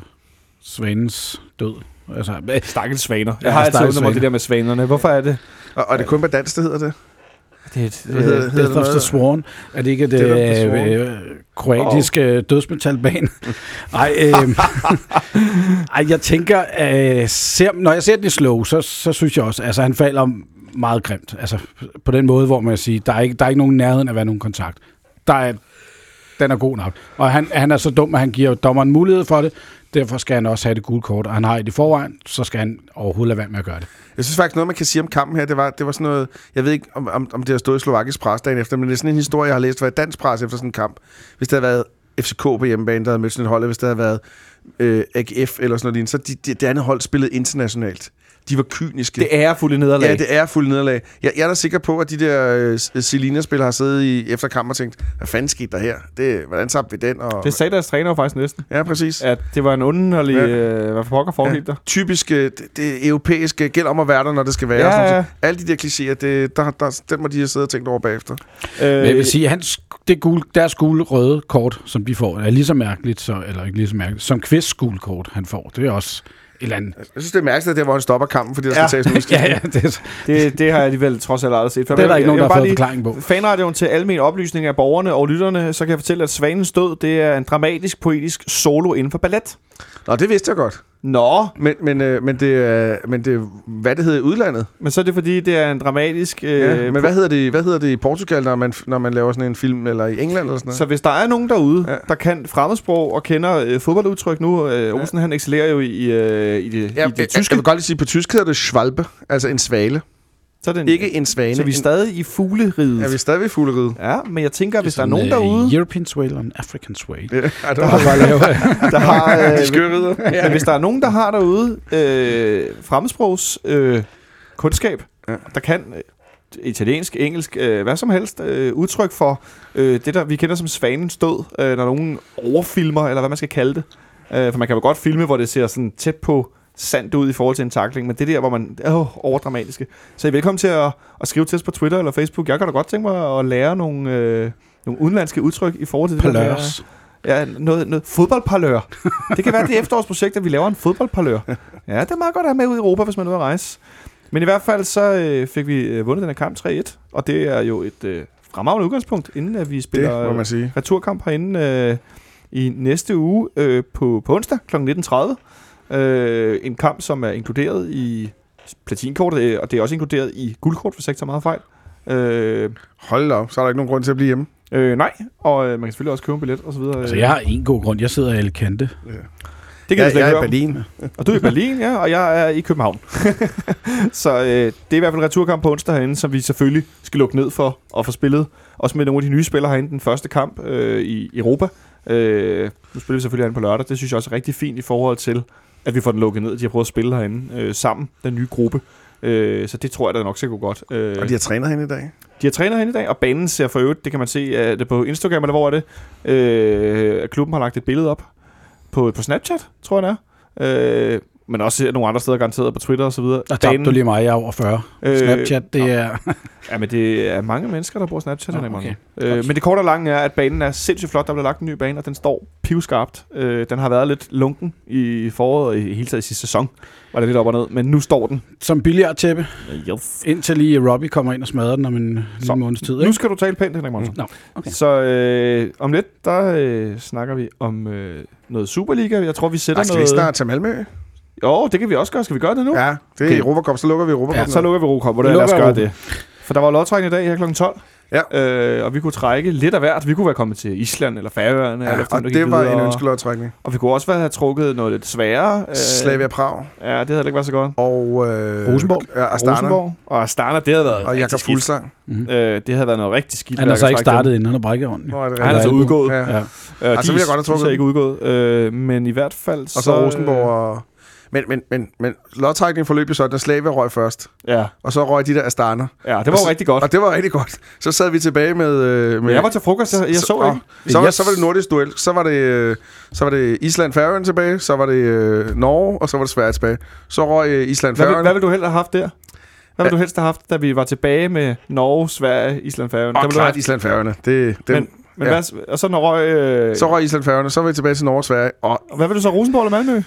Svanens død. Altså, stakkels svaner. Jeg ja, har altid undret mig det der med svanerne. Hvorfor er det? Og, og det er kun på dansk, det hedder det? Det er et, det hedder, Death hedder of the Sworn. Er det ikke det, det øh, kroatiske oh. dødsmetalband? Nej, øh, ej, jeg tænker, øh, ser, når jeg ser den i slow, så, så synes jeg også, altså han falder meget grimt. Altså på den måde, hvor man siger, der er ikke, der er ikke nogen nærheden af at være nogen kontakt. Der er, den er god nok. Og han, han er så dum, at han giver dommeren mulighed for det. Derfor skal han også have det gule kort, og han har det i forvejen, så skal han overhovedet lade være med at gøre det. Jeg synes faktisk, noget man kan sige om kampen her, det var, det var sådan noget, jeg ved ikke, om, om, om det har stået i slovakisk pres dagen efter, men det er sådan en historie, jeg har læst, var et dansk pres efter sådan en kamp. Hvis det havde været F C K på hjemmebane, der havde mødt sådan et hold, hvis det havde været øh, A G F eller sådan noget, så de, de, det andet hold spillede internationalt. De var kyniske. Det er fulde nederlag. Ja, det er fulde nederlag. Jeg, jeg er da sikker på, at de der uh, Selina-spillere har siddet i efter kamp og tænkt, hvad fanden skete der her? Det, hvordan tabte vi den? Og... Det sagde deres træner jo faktisk næsten. Ja, præcis. At det var en underlig... Ja. Øh, hvad for pokker foregik der? Typisk det, det europæiske gæld om at være der, når det skal være. Ja, ja. Alle de der klichéer, det, der, der, den må de have siddet og tænkt over bagefter. Øh, Men jeg vil sige, hans, det gule, deres gule røde kort, som de får, er lige så mærkeligt, så, eller ikke lige så mærkeligt, som Kvists gule kort, han får. Det er også... Jeg synes, det er mærkeligt, at det er, hvor han stopper kampen, fordi der ja. skal tages noget. ja, ja, det, det, det har jeg alligevel trods alt aldrig set. Det er der ikke nogen, der har fået forklaring på. Fanradioen til almen oplysning af borgerne og lytterne, så kan jeg fortælle, at Svanens død, det er en dramatisk, poetisk solo inden for ballet. Nå, det vidste jeg godt. Nå. Men, men, øh, men, det, øh, men det, hvad det hedder i udlandet? Men så er det fordi, det er en dramatisk... Øh, ja, men hvad hedder, det, hvad hedder det i Portugal, når man, når man laver sådan en film, eller i England eller sådan noget? Så hvis der er nogen derude, ja. der kan fremmedsprog og kender øh, fodboldudtryk nu, øh, Olsen ja. han excellerer jo i, øh, i, det, ja, i det tyske. Jeg vil godt lige sige, på tysk hedder det Schwalbe, altså en svale. Så den, ikke en svane. Så vi er stadig i fugleriget. Ja, vi er stadig i fugleriget. Ja, men jeg tænker, hvis der er nogen derude... European swale og en African swale. Ja, der, der har bare lavet... der har... Øh, De skørrider. Ja. Men hvis der er nogen, der har derude øh, fremmedsprogs øh, kundskab, ja. der kan øh, italiensk, engelsk, øh, hvad som helst, øh, udtryk for øh, det, der vi kender som svanens død, øh, når nogen overfilmer, eller hvad man skal kalde det. Øh, for man kan jo godt filme, hvor det ser sådan tæt på sandt ud i forhold til en tackling, men det der, hvor man er øh, overdramatiske. Så I er velkommen til at, at skrive til os på Twitter eller Facebook. Jeg kan da godt tænke mig at lære nogle, øh, nogle udenlandske udtryk i forhold til det Parlørs. der. Ja, noget, noget fodboldparlør. Det kan være det efterårsprojekt, at vi laver en fodboldparlør. Ja, det er meget godt at have med ud i Europa, hvis man er ude at rejse. Men i hvert fald så øh, fik vi øh, vundet den her kamp tre et, og det er jo et øh, fremragende udgangspunkt, inden at vi spiller det må man sige. returkamp herinde øh, i næste uge øh, på, på onsdag kl. nitten tredive. Øh, en kamp, som er inkluderet i platinkortet, og det er også inkluderet i guldkort, hvis jeg ikke tager meget fejl. Øh, Hold da op, så er der ikke nogen grund til at blive hjemme. øh, nej, og øh, man kan selvfølgelig også købe en billet og så videre. Altså, jeg har en god grund. Jeg sidder i Alicante. Ja. Det kan jeg, jeg, jeg jeg er i Berlin. Og du er i Berlin, ja, og jeg er i København. Så øh, det er i hvert fald returkamp på onsdag herinde, som vi selvfølgelig skal lukke ned for at få spillet. Også med nogle af de nye spillere herinde, den første kamp øh, i Europa. Øh, nu spiller vi selvfølgelig herinde på lørdag. Det synes jeg også er rigtig fint i forhold til, at vi får den lukket ned. De har prøvet at spille herinde øh, sammen, den nye gruppe. Øh, så det tror jeg, der nok skal gå godt. Øh, Og de har trænet herinde i dag. De har trænet herinde i dag, og banen ser for øvrigt, det kan man se er det på Instagram, eller hvor er det, øh, at klubben har lagt et billede op på, på Snapchat, tror jeg det er. Øh, men også nogle andre steder garanteret på Twitter og så videre. Der tabte du lige mig, jeg er over fyrre. Øh, Snapchat, det er... Ja, men det er mange mennesker, der bruger Snapchat. Nå, Oh, okay. okay. øh, men det korte og lange er, at banen er sindssygt flot. Der bliver lagt en ny bane, og den står pivskarpt. Øh, den har været lidt lunken i foråret, og i hele taget i sidste sæson var det lidt op og ned. Men nu står den. Som billiardtæppe. Yes. Indtil lige Robbie kommer ind og smadrer den om en lille måneds tid. Ikke? Nu skal du tale pænt, Henrik Monsen. Nå, okay. Så øh, om lidt, der øh, snakker vi om øh, noget Superliga. Jeg tror, vi sætter Ej, skal noget... vi snart til Malmø? Jo, det kan vi også gøre. Skal vi gøre det nu? Ja, det er Okay. Europa Cup, så lukker vi Europa Cup. Ja, så lukker vi Eurocup, hvor Vi det lad os lukker gøre Europa. det. For der var lodtrækning i dag her klokken tolv. Ja. Øh, og vi kunne trække lidt af hvert. Vi kunne være kommet til Island eller Færøerne. Ja, eller og det var en ønskelodtrækning. Og vi kunne også have trukket noget lidt sværere. Øh, Slavia Prag Ja, det havde ikke været så godt. og øh, Rosenborg. Ja, Astana. Rosenborg. Og Astana, det havde været Og Jakob rigtig skidt. Fuglsang. Øh, det havde været noget rigtig skidt. Han har værk så at ikke trække startet, inden han har brækket hånden. Nå, er det dem. Han er rigtigt? så udgået. Ja. Ja. Øh, Altså, de, ville jeg godt have trukket de er ikke udgået. Øh, men i hvert fald så... Og så Rosenborg og... Men, men, men, men lodtrækningen forløb jo sådan, at Slavia røg først. Ja, Og så røg de der Astana. ja, det var jo rigtig godt. Og det var rigtig godt. Så sad vi tilbage med... øh, med Men jeg var til frokost, jeg, jeg så og, ikke. så, var, Yes. så var det nordisk duel. Så var det, øh, så var det Island Færøerne tilbage. Så var det øh, Norge, og så var det Sverige tilbage. Så røg øh, Island Hvad, vil- Færøerne. hvad vil du helst have haft der? Hvad vil du helst have haft, da vi var tilbage med Norge, Sverige, Island, Færøerne? Der Og vil du klart have- Island Færøerne. Det, dem, Men, men ja. hvad, og så når røg... Øh, Så røg Island Færøerne. Så var vi tilbage til Norge og Sverige. Og hvad vil du så, Rosenborg eller Malmø?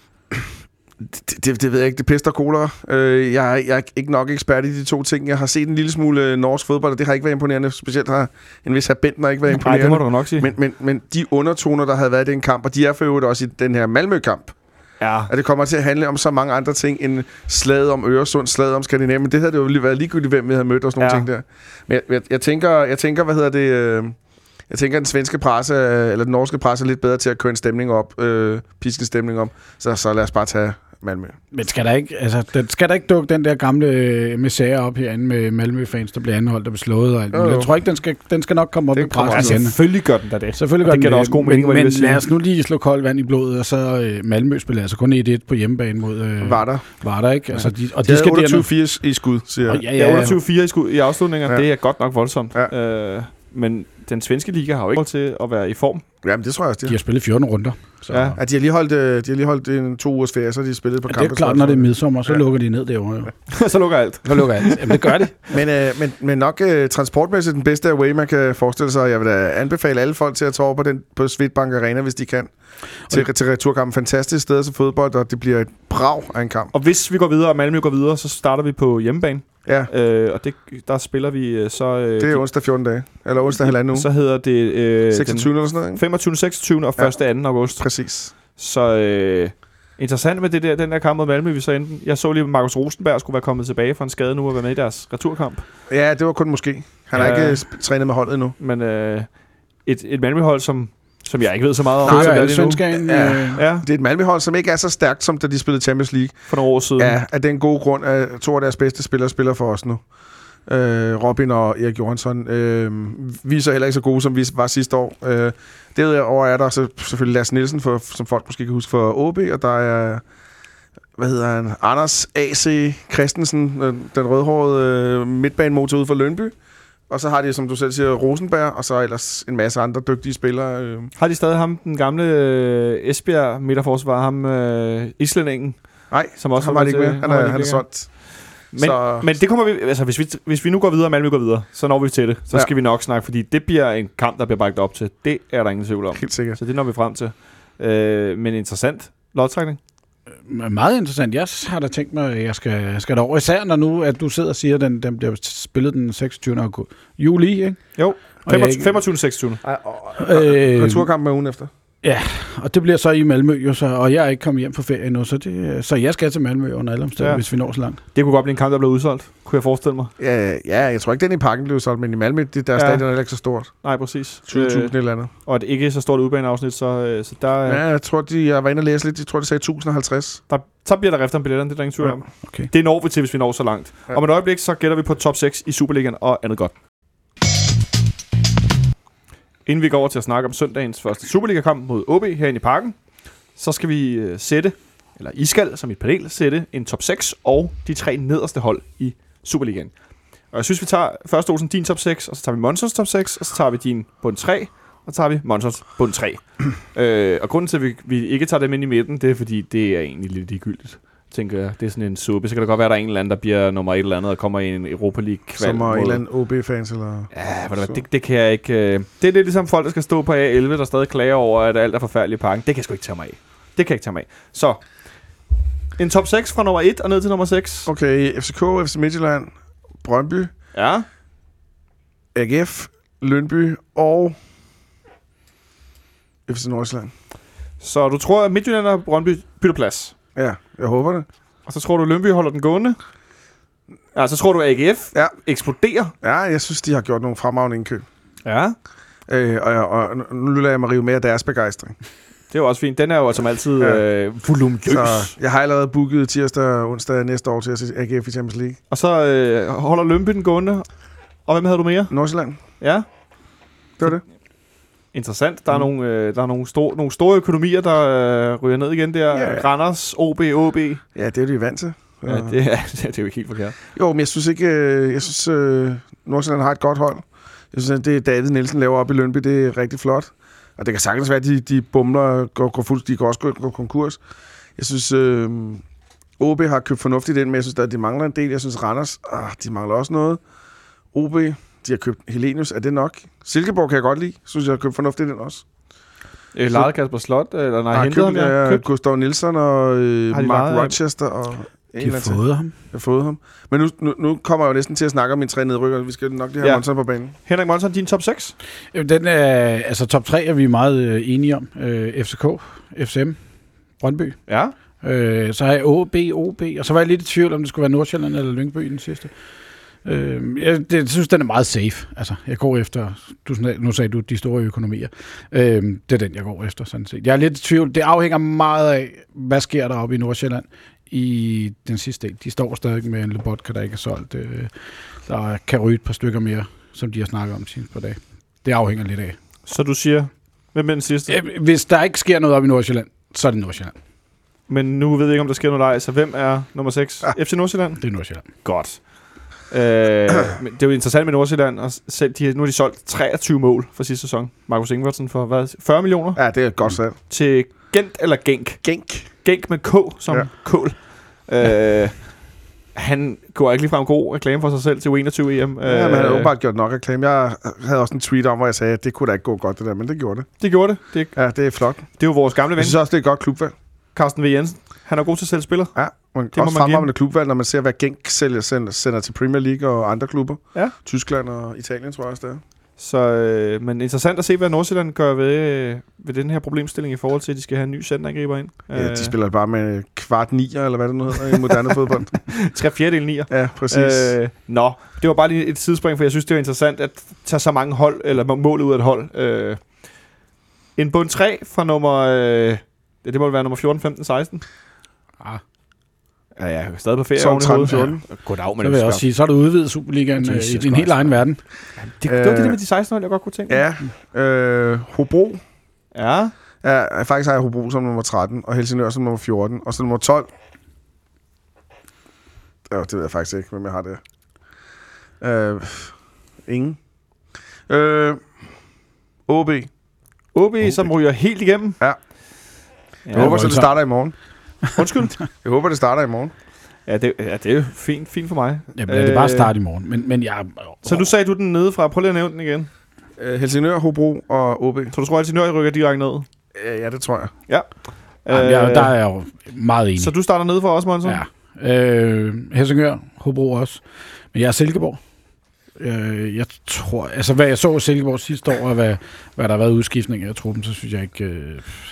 det, det, det ved jeg ikke. Det pester kolera. Øh, jeg, er- jeg er ikke nok ekspert i de to ting. Jeg har set en lille smule øh, norsk fodbold, og det har ikke været imponerende. Specielt har en vis herr Bentner ikke været Nej, imponerende. det må du nok sige. Men, men, men de undertoner, der havde været i den kamp, og de er for øvrigt også i den her Malmø-kamp, ja. at det kommer til at handle om så mange andre ting end slaget om Øresund, slaget om Skandinavien. Men det havde det jo lige været ligegyldigt, hvem vi havde mødt og sådan nogle Ja. ting der. Men jeg, jeg, jeg, tænker, jeg tænker, hvad hedder det... Øh, jeg tænker, at den svenske presse, øh, eller den norske presse, er lidt bedre til at køre en stemning op, øh, piske en stemning op. Så, så lad os bare tage Malmø. Men skal der ikke, altså, den, skal der ikke dukke den der gamle øh, misære op herinde med Malmø-fans, der bliver anholdt og bliver slået og alt Jo, muligt? jo. Jeg tror ikke, den skal, den skal nok komme op Den i kommer pressen Altså, igen. selvfølgelig gør den da det. Selvfølgelig Og gør det den giver da også god mening, hvad men, jeg men vil sige. lad os nu lige slå koldt vand i blodet, og så øh, Malmø spiller altså kun et et på hjemmebane mod øh, Var der? var der ikke? Altså, de, og De de skal havde derned. otteogtyve fire i skud, siger jeg. Og ja, Ja, ja, otteogtyve fire i, sku- i afslutninger, Ja. det er godt nok voldsomt. Ja. Øh, men den svenske liga har jo ikke lov til at være i form. Jamen, det tror jeg også, de de har. har spillet fjorten runder. Så. Ja. Ja. Ja, de har lige holdt, øh, de har lige holdt en to ugers ferie, så har de spillet på Det kampe. er klart, når det er midsommer, så Ja. lukker de ned derovre. Jo. Så lukker alt. Så lukker alt. Jamen, det gør de. Men, øh, men, men nok øh, transportmæssigt den bedste away, man kan forestille sig. Jeg vil da anbefale alle folk til at tage over på, den, på Swedbank Arena, hvis de kan. Til, til returkampen. Fantastisk sted til fodbold, og det bliver et brag af en kamp. Og hvis vi går videre, og Malmø går videre, så starter vi på hjemmebane. Ja, Øh, og det, der spiller vi øh, så... Øh, det er onsdag fjorten dage. Eller onsdag halvanden uge. Så hedder det... Øh, seksogtyvende eller sådan noget, den ikke? femogtyvende seksogtyvende og Ja. første anden august. Præcis. Så øh, interessant med det der, den der kamp mod Malmø, vi så enten... Jeg så lige, at Markus Rosenberg skulle være kommet tilbage fra en skade nu og være med i deres returkamp. Ja, det var kun måske. Han har Ja. ikke sp- trænet med holdet endnu. Men øh, et, et Malmø-hold, som, som jeg ikke ved så meget om. Nej, så Kører er alle det nu. svenskagen. Ja. øh, Ja, Det er et Malmø-hold, som ikke er så stærkt, som da de spillede Champions League. for nogle år siden. Ja, af den gode grund, at to af deres bedste spillere spiller for os nu. Øh, Robin og Erik Johansson øh, viser heller ikke så gode, som vi var sidste år. Øh, derudover er der så selvfølgelig Lars Nielsen, for, som folk måske kan huske for O B, og der er, hvad hedder han, Anders A C Christensen, øh, den rødhårede øh, midtbanemotor ude for Lønby. Og så har de, som du selv siger, Rosenberg, og så ellers en masse andre dygtige spillere. Øh. Har de stadig ham, den gamle øh, Esbjerg midterforsvar, ham øh, islændingen, Nej, som også han var var det ikke til- mere. Han han var er, ikke han er længere. solgt. Men, Så- men det kommer vi, altså hvis vi, hvis vi nu går videre, Malmø går videre, så når vi til det. Så Ja. skal vi nok snakke, fordi det bliver en kamp, der bliver bagt op til. Det er der ingen tvivl om. Helt sikkert. Så det når vi frem til. Øh, men interessant lodtrækning. Meget interessant. Jeg har da tænkt mig, at jeg skal, skal derover. Især når nu, at du sidder og siger, at den, den bliver spillet den seksogtyvende juli, ikke? Jo, Og jeg- femogtyvende seksogtyvende Ej, og, og, Øh, returkampen er ugen efter. Og det bliver så i Malmø, jo, så, og jeg er ikke kommet hjem på ferie endnu, så, det, så jeg skal til Malmø under alle omstændigheder, Ja. ja. hvis vi når så langt. Det kunne godt blive en kamp, der blev udsolgt. Kunne jeg forestille mig. Ja, ja, jeg tror ikke, den i parken blev solgt, men i Malmø, det der Ja. stadion er heller ikke så stort. Nej, præcis. tyve tusind Øh, eller andet. og et ikke så stort udbaneafsnit, så, øh, så der, Ja, ja. jeg tror, de, jeg var inde og læse lidt, de tror, de sagde tusind og halvtreds. der, så bliver der rift om billetterne, det er der ingen tvivl Ja. om. Okay. Det når vi til, hvis vi når så langt. Ja. Om et øjeblik, så gætter vi på top seks i Superligaen og andet godt. Inden vi går over til at snakke om søndagens første Superliga-kamp mod O B herinde i parken, så skal vi øh, sætte, eller I skal som et panel sætte en top seks og de tre nederste hold i Superligaen. Og jeg synes, vi tager først Olsen din top seks, og så tager vi Monsters top seks, og så tager vi din bund tre, og så tager vi Monsters bund tre. øh, og grunden til, at vi, vi ikke tager dem ind i midten, det er, fordi det er egentlig lidt ligegyldigt. Tænker jeg, det er sådan en suppe. Så kan det godt være, at der er en eller anden, der bliver nummer et eller andet, og kommer i en Europa League-kval. Som er mod- en eller anden O B-fans, eller... Ja, ved du hvad, det, det kan jeg ikke... Øh, det er lidt ligesom folk, der skal stå på A elleve, der stadig klager over, at alt er forfærdeligt i parken. Det kan jeg sgu ikke tage mig af. Det kan jeg ikke tage mig af. Så, en top seks fra nummer et og ned til nummer seks. Okay, F C K, F C Midtjylland, Brøndby, Ja. A G F, Lønby og F C Nordsjælland. Så du tror, at Midtjylland og Brøndby bytter plads. Ja, jeg håber det. Og så tror du, at Lønby holder den gående. Ja, så tror du, at A G F Ja. eksploderer. Ja, jeg synes, de har gjort nogle fremragende indkøb. Ja. Øh, og, jeg- og nu lader jeg mig rive med af deres begejstring. Det er jo også fint. Den er jo som altid Ja. øh, voluminøs. Så jeg har allerede booket tirsdag og onsdag næste år til at se A G F i Champions League. Og så øh, holder Lønby den gående. Og hvem havde du mere? Nordsjælland, Ja. det var det. Interessant. Der er, Mm. nogle, øh, der er nogle, store, nogle store økonomier, der øh, ryger ned igen der. Ja. Randers, O B, O B. Ja, det er de vant til. Ja, det er, det er jo ikke helt forkert. Jo, men jeg synes ikke... øh, Jeg synes, øh, Nordsjælland har et godt hold. Jeg synes, at det David Nielsen laver op i Lønby, det er rigtig flot. Og det kan sagtens være, at de, de bumler går, går fuldt, de kan også gå, gå konkurs. Jeg synes, øh, O B har købt fornuftigt ind, men jeg synes, at de mangler en del. Jeg synes, Randers, ah, de mangler også noget. O B, de har købt Helenius, er det nok? Silkeborg kan jeg godt lide. Synes, jeg har købt fornuftigt ind også. Øh, Lejet Kasper Slot, eller nej, har hentet ham, købt, ja. ja, Købt. Gustav Nielsen og øh, Har de Mark lejet- Rochester og... De har fået ham. Jeg har fået ham. Men nu, nu, nu kommer jeg jo næsten til at snakke om mine tre nedrykker. Vi skal nok lige have Ja. ja. Monson på banen. Henrik Monson, din top seks? Jamen, Den er, altså top tre er vi meget øh, enige om. Øh, F C K, F C M, Brøndby. Ja. Øh, så har jeg O B, O B, og så var jeg lidt i tvivl, om det skulle være Nordsjælland eller Lyngby i den sidste. Øh, jeg det, synes, den er meget safe. Altså, jeg går efter, du, nu sagde du, de store økonomier. Øh, det er den, jeg går efter, sådan set. Jeg er lidt i tvivl. Det afhænger meget af, hvad sker der oppe i Nordsjælland i den sidste del. De står stadig med en Lobotka, der ikke er solgt. Øh, der kan ryge et par stykker mere, som de har snakket om sidst på dag. Det afhænger lidt af. Så du siger, hvem er den sidste? Øh, Hvis der ikke sker noget oppe i Nordsjælland, så er det Nordsjælland. Men nu ved jeg ikke, om der sker noget leg, så hvem er nummer seks? Ja. F C Nordsjælland? Det er Nordsjælland. Godt. Øh, men det er jo interessant med Nordsjælland, og selv de, nu har de solgt treogtyve mål for sidste sæson. Markus Ingvartsen for hvad, fyrre millioner Ja, det er et godt salg. til Gent eller Genk. Genk. Genk med K som Ja. ja. kål. Øh, han går ikke ligefrem god reklame for sig selv til U enogtyve E M. Ja, men han har åbenbart gjort nok reklame. Jeg havde også en tweet om, hvor jeg sagde, at det kunne da ikke gå godt, det der, men det gjorde det. Det gjorde det. Det, Ja, det er flot. det er jo vores gamle Jeg ven, synes også, det er et godt klubvalg. Carsten V. Jensen. Han er god til at sælge spillere. Ja, man må også man fremragende klubvalg, når man ser, hvad Genk sælger, sender, sender til Premier League og andre klubber. Ja. Tyskland og Italien, tror jeg også, det er. Så, øh, men interessant at se, hvad Nordsjælland gør ved, øh, ved den her problemstilling i forhold til, at de skal have en ny centerangriber ind. Ja, de spiller bare med kvart nier, eller hvad det nu hedder, i moderne fodbold. Tre fjerdedel nier. Ja, præcis. Øh, nå, det var bare lige et sidespring, for jeg synes, det var interessant at tage så mange hold, eller mål ud af et hold. Øh, en bund tre fra nummer... Øh, ja, det må være nummer fjorten, femten, seksten. Ah. Ja, jeg er stadig på ferie. Så oven i tretten, hovedet. fjorten. Ja. Goddag, Så men vil jeg også sige, så er du udvidet Superligaen øh, Jesus i en helt Christ. egen verden. det, det var det der med de seksten hold, jeg godt kunne tænke mig. Ja, øh, Hobro. Ja. Ja, faktisk har jeg Hobro som nummer tretten, og Helsingør som nummer fjorten, og så nummer tolv. Ja, det ved jeg faktisk ikke, hvem jeg har der. Øh, ingen. Øh, O B. O B, som ryger helt igennem. Ja. Ja, Jeg håber, så det voldsomt. starter i morgen. Undskyld. Jeg håber, det starter i morgen. Ja, det, ja, det er jo fint, fint for mig. Jamen, lad det bare starte i morgen. Men, men jeg... Så du sagde, du den nede fra. Prøv lige at nævne den igen. Øh, Helsingør, Hobro og O B. Så du tror, at Helsingør rykker direkte ned? Øh, ja, det tror jeg. Ja. Jamen, jeg, der er jeg jo meget enig. Så du starter nede for os, Monsen? Ja. Øh, Helsingør, Hobro også. Men jeg er Silkeborg. Øh, jeg tror... Altså, hvad jeg så i Silkeborg sidste år, og hvad, hvad der har været udskiftning af truppen, så synes jeg ikke... Øh,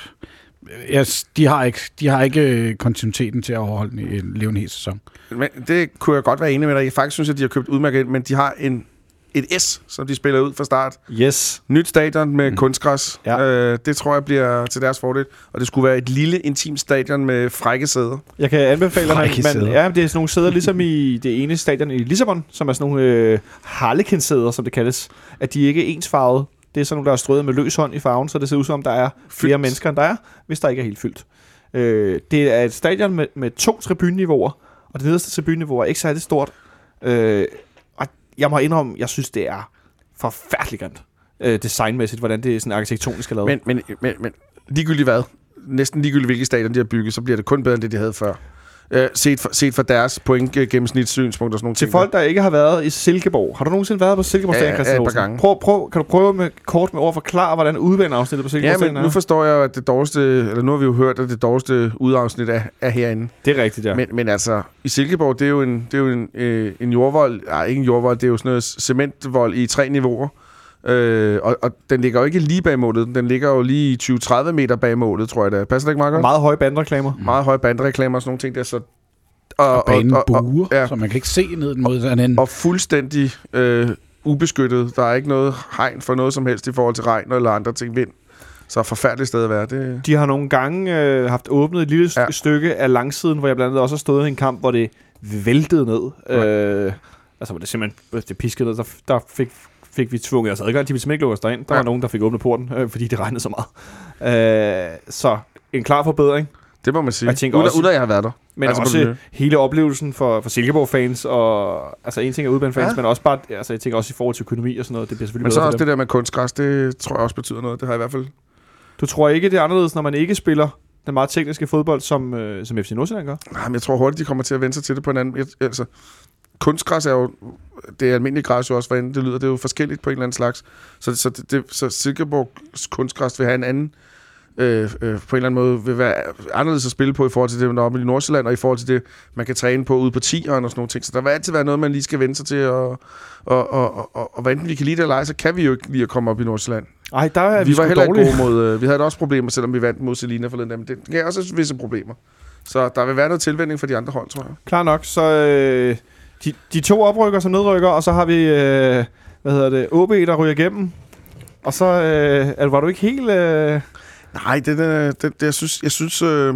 jeg, de, har ikke de har ikke kontinuiteten til at overholde en levende hel sæson. Men det kunne jeg godt være enig med dig. Jeg faktisk synes, at de har købt udmærket ind, men de har en, et S, som de spiller ud fra start. Yes. Nyt stadion med mm. kunstgræs. Ja. Øh, det tror jeg bliver til deres fordel. Og det skulle være et lille, intimt stadion med frække sæder. Jeg kan anbefale dig, Frække man, sæder. ja, det er sådan nogle sæder, ligesom i det ene stadion i Lissabon, som er sådan nogle øh, harlekin-sæder, som det kaldes. At de ikke er ensfarvede. Det er sådan nogle, der er strøget med løs hånd i farven, så det ser ud som, der er flere Fyldt. mennesker, end der er, hvis der ikke er helt fyldt. Øh, det er et stadion med, med to tribuneniveauer, og det nederste tribuneniveau er ikke særlig stort. Øh, og jeg må indrømme, jeg synes, det er forfærdeligt grimt, øh, designmæssigt, hvordan det er sådan arkitektonisk lavet. Men, men, men, men ligegyldigt hvad? Næsten ligegyldigt, hvilke stadion de har bygget, så bliver det kun bedre, end det, de havde før. Øh, set, for, set for deres point gennemsnitssynspunkt og sådan nogle Til ting. folk, der ikke har været i Silkeborg. Har du nogensinde været på Silkeborg Ja, Stadion, ja, Christian et par Olsen? gange. Prøv, prøv, kan du prøve med kort med ord at forklare, hvordan udvendeafsnittet på Silkeborg Ja, Stadion men er? nu forstår jeg, at det dårligste, eller nu har vi jo hørt, at det dårligste udafsnit er, er herinde. Det er rigtigt, ja. Men, men altså, i Silkeborg, det er jo en, det er jo en, øh, en jordvold, nej, ikke en jordvold, det er jo sådan noget cementvold i tre niveauer. Øh, og, og den ligger jo ikke lige bag målet, den ligger jo lige tyve til tredive meter bag målet, tror jeg det er. Passer det ikke meget godt? Meget høje bandreklamer. Mm. Meget høje bandreklamer og sådan nogle ting der, så... Og, Og banen buer, ja. så man kan ikke se ned mod sådan en... Og fuldstændig øh, ubeskyttet. Der er ikke noget hegn for noget som helst i forhold til regn eller andre ting, vind. Så forfærdeligt sted at være. Det... De har nogle gange øh, haft åbnet et lille st- Ja. stykke af langsiden, hvor jeg blandt andet også har stået i en kamp, hvor det væltede ned. Ja. Øh, altså, hvor det simpelthen det piskede ned. Der, der fik, fik vi tvunget os adgang. De ville simpelthen ikke lukke os derind. Der Ja. var nogen, der fik åbnet porten, øh, fordi det regnede så meget. Øh, så en klar forbedring. det må man sige. Jeg tænker Uden, også- uden at jeg har været der. Men Altså altså på også miljø. hele oplevelsen for, for Silkeborg-fans, og altså en ting er udbanefans, Ja. men også bare, altså jeg tænker også i forhold til økonomi og sådan noget, det bliver selvfølgelig Men så bedre for også dem. det der med kunstgræs, det tror jeg også betyder noget. Det har jeg i hvert fald. Du tror ikke, det er anderledes, når man ikke spiller den meget tekniske fodbold, som, øh, som F C Nordsjælland gør? Nej, men jeg tror hurtigt, de kommer til at vende sig til det på en anden... Jeg, altså, kunstgræs er jo... Det er almindeligt græs jo også, hvordan det lyder. Det er jo forskelligt på en eller anden slags. Så, så, det, det, så Silkeborgs kunstgræs vil have en anden... Øh, øh, på en eller anden måde vil være anderledes at spille på i forhold til det, der er oppe i Nordsjælland, og i forhold til det, man kan træne på ude på tieren og sådan nogle ting. Så der vil altid være noget, man lige skal vende sig til, og, og, og, og, og, og hvad enten vi kan lide det eller ej, så kan vi jo ikke lige at komme op i Nordsjælland. Ej, der er vi, Vi var sgu heller ikke dårlige. gode mod... Øh, vi havde da også problemer, selvom vi vandt mod Selina forleden dag, men det gav også visse problemer. Så der vil være noget tilvænning for de andre hold, tror jeg. Klar nok, så øh, de, de to oprykker som nedrykker, og så har vi, øh, hvad hedder det, O B, der ryger igennem. Og så øh, altså, var du ikke helt... Øh, Nej, det, det, det, det jeg synes... Jeg synes øh,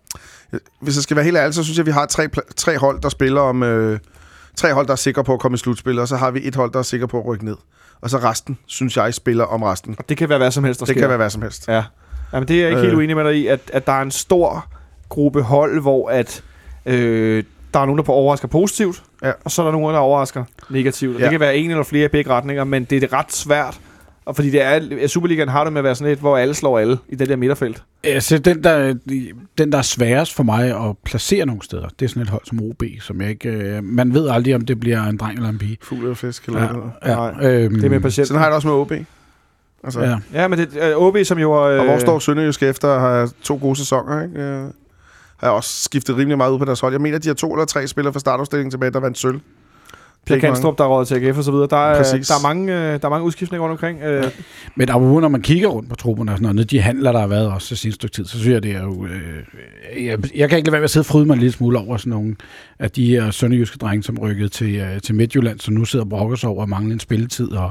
hvis jeg skal være helt ærlig, så synes jeg, at vi har tre, pla- tre hold, der spiller om... Øh, tre hold, der er sikre på at komme i slutspil, og så har vi et hold, der er sikre på at rykke ned. Og så resten, synes jeg, spiller om resten. og det kan være hvad som helst, der Det sker. kan være hvad som helst. Ja. Jamen, det er jeg ikke Øh. helt uenig med dig i, at, at der er en stor gruppe hold, hvor at, øh, der er nogen, der overrasker positivt, Ja. og så er der nogen, der overrasker negativt. Og Ja. det kan være en eller flere i begge retninger, men det er ret svært. Og fordi det er, Superligaen har det med at være sådan et, hvor alle slår alle i det der midterfelt. Altså, den der, den, der er sværest for mig at placere nogle steder, det er sådan et hold som O B, som jeg ikke... Øh, man ved aldrig, om det bliver en dreng eller en pige. Fugl eller fisk eller Ja, noget. ja, øhm, Det er med patienten. Sådan har jeg det også med O B. Altså, Ja. Ja, men det er O B, som jo... Øh, Og hvor står Sønderjysk efter at have to gode sæsoner, ikke? Øh, har jeg også skiftet rimelig meget ud på deres hold. Jeg mener, de har to eller tre spillere fra startopstillingen tilbage, der vandt sølv. Det er Per ikke mange. Kanstrup, der er råd til A G F og så videre. Der er, Præcis. der er mange, øh, der er mange udskiftninger rundt omkring. Øh, Ja. Men apropos, når man kigger rundt på trupperne og sådan noget, de handler, der har været også det seneste stykke tid, så synes jeg, det er jo... Øh, jeg, jeg kan ikke lade være med at sidde og fryde mig en lille smule over sådan nogle af de her sønderjyske drenge, som rykkede til, øh, til Midtjylland, som nu sidder og brokker sig over at mangle en spilletid, og,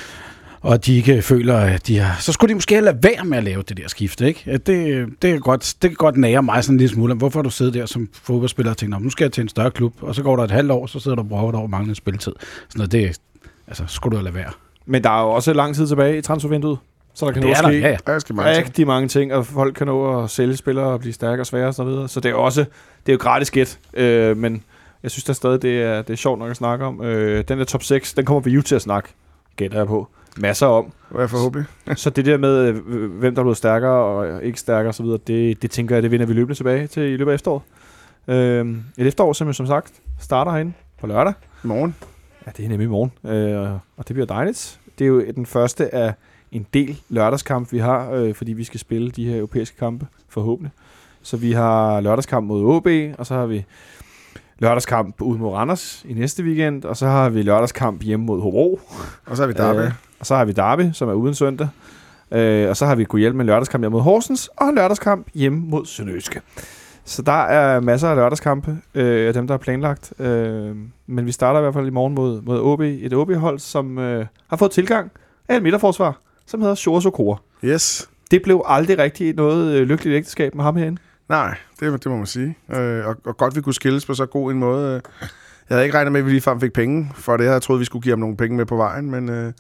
og de ikke føler, at de har... Så skulle de måske lade være med at lave det der skifte, ikke? At Det, det, kan godt, det kan godt nære mig sådan en lille smule. Hvorfor har du siddet der som fodboldspiller og tænkt, nu skal jeg til en større klub, og så går der et halvt år, så sidder du og brokker dig over manglende spilletid. Sådan noget, det altså, skulle du lade være. men der er jo også lang tid tilbage i transfervinduet. Så der kan Det nå er at der, ske ja, ja. Ja, jeg skal mange ting. rigtig mange ting, og folk kan nå at sælge spillere og blive stærkere og sværere og så videre. Så det er jo også, det er jo gratis gæt, øh, men jeg synes da stadig, det er, det er sjovt nok at snakke om. Øh, den der top seks, den kommer vi jo til at snakke, gætter jeg på. masser om. Hvad forhåbentlig? Så det der med, øh, hvem der er blevet stærkere og ikke stærkere osv., det, det tænker jeg, det vinder vi løbende tilbage til i løbet af efteråret. Øh, et efterår, som som sagt starter herinde på lørdag. I morgen. Ja, det er nemlig i morgen, øh, og det bliver dejligt. Det er jo den første af en del lørdagskamp, vi har, øh, fordi vi skal spille de her europæiske kampe, forhåbentlig. Så vi har lørdagskamp mod O B, og så har vi lørdagskamp ude mod Randers i næste weekend, og så har vi lørdagskamp hjemme mod Hobro. Og så har vi Derby. Øh, og så har vi Derby, som er uden søndag. Øh, og så har vi kunnet hjælpe med lørdagskamp hjemme mod Horsens, og en lørdagskamp hjemme mod Sønderjyske. Så der er masser af lørdagskampe øh, af dem, der er planlagt. Øh, men vi starter i hvert fald i morgen mod, mod O B. Et O B-hold, som øh, har fået tilgang af et midterforsvar, som hedder Shores Okora. Yes. Det blev aldrig rigtig noget øh, lykkeligt ægteskab med ham herinde. Nej, det, det må man sige. Øh, og, og godt, vi kunne skilles på så god en måde. Jeg havde ikke regnet med, at vi ligefrem fik penge for det. Jeg troede, vi skulle give ham nogle penge med på vejen, men øh,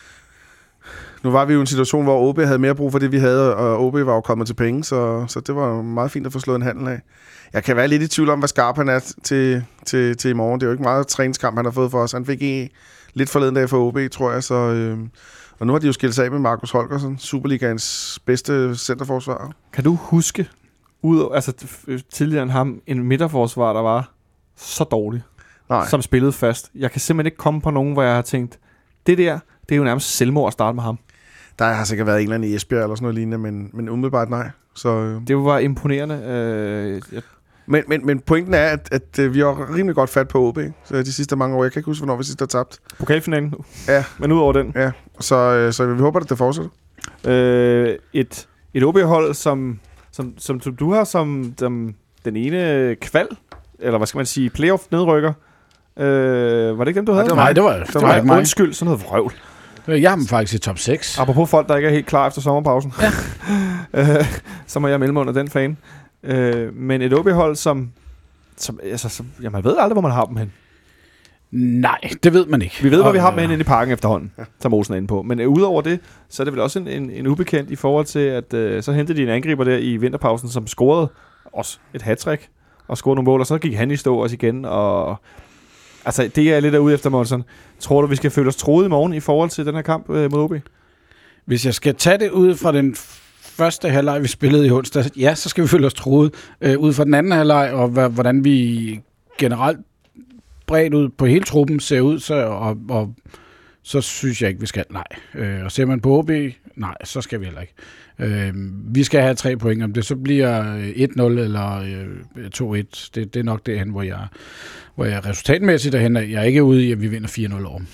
nu var vi jo i en situation, hvor O B havde mere brug for det, vi havde, og O B var jo kommet til penge, så, så det var meget fint at få slået en handel af. Jeg kan være lidt i tvivl om, hvad skarp han er til, til, til i morgen. Det er jo ikke meget træningskamp, han har fået for os. Han fik en lidt forleden dag for O B, tror jeg, så... Øh, og nu har de jo skilt sig af med Markus Holgersen, Superligaens bedste centerforsvarer. Kan du huske, ud, altså tidligere end ham, en midterforsvar, der var så dårlig, Nej. som spillede fast? Jeg kan simpelthen ikke komme på nogen, hvor jeg har tænkt, det der, det er jo nærmest selvmord at starte med ham. Der har sikkert været en eller anden i Esbjerg eller sådan noget lignende, men, men umiddelbart nej. Så, øh. Det var imponerende. Øh, jeg... men, men, men pointen er, at, at, at vi har rimelig godt fat på O B så de sidste mange år. Jeg kan ikke huske, hvornår vi sidst har tabt. Pokalfinalen. Ja. Men ud over den. Ja, så, øh, så vi håber, at det fortsætter. Øh, et, et O B-hold, som, som, som, som du har som, som den ene kval, eller hvad skal man sige, playoff-nedrykker. Øh, var det ikke dem, du havde? Nej, det var, Nej, det var, det var, det var ikke mig. Undskyld, sådan noget vrøvl. Jeg har dem faktisk i top seks. Apropos folk, der ikke er helt klar efter sommerpausen. Ja. øh, så må jeg melde mig under den fan. Øh, men et O B-hold, som, som, altså, som... Ja, man ved aldrig, hvor man har dem hen. Nej, det ved man ikke. Vi ved, hvor og, vi har dem hen inde i parken efterhånden, ja. Som Olsen er inde på. Men øh, udover det, så er det vel også en, en, en ubekendt i forhold til, at øh, så hentede de en angriber der i vinterpausen, som scorede også et hat-trick og scorede nogle mål, og så gik han i stå også igen, og... Altså, det er lidt derude efter, Monsen. Tror du, vi skal føle os troet i morgen i forhold til den her kamp øh, mod O B? Hvis jeg skal tage det ud fra den første halvleg, vi spillede i onsdag, ja, så skal vi føle os troet. Øh, ud fra den anden halvleg, og hvordan vi generelt bredt ud på hele truppen ser ud, så, og, og så synes jeg ikke, vi skal. Nej. Øh, og ser man på O B, nej, så skal vi heller ikke. Øh, vi skal have tre point. Om det så bliver et nul eller øh, to et, det, det er nok derhen, hvor jeg, hvor jeg resultatmæssigt derhen er. Jeg er ikke ude i, at vi vinder fire nul over.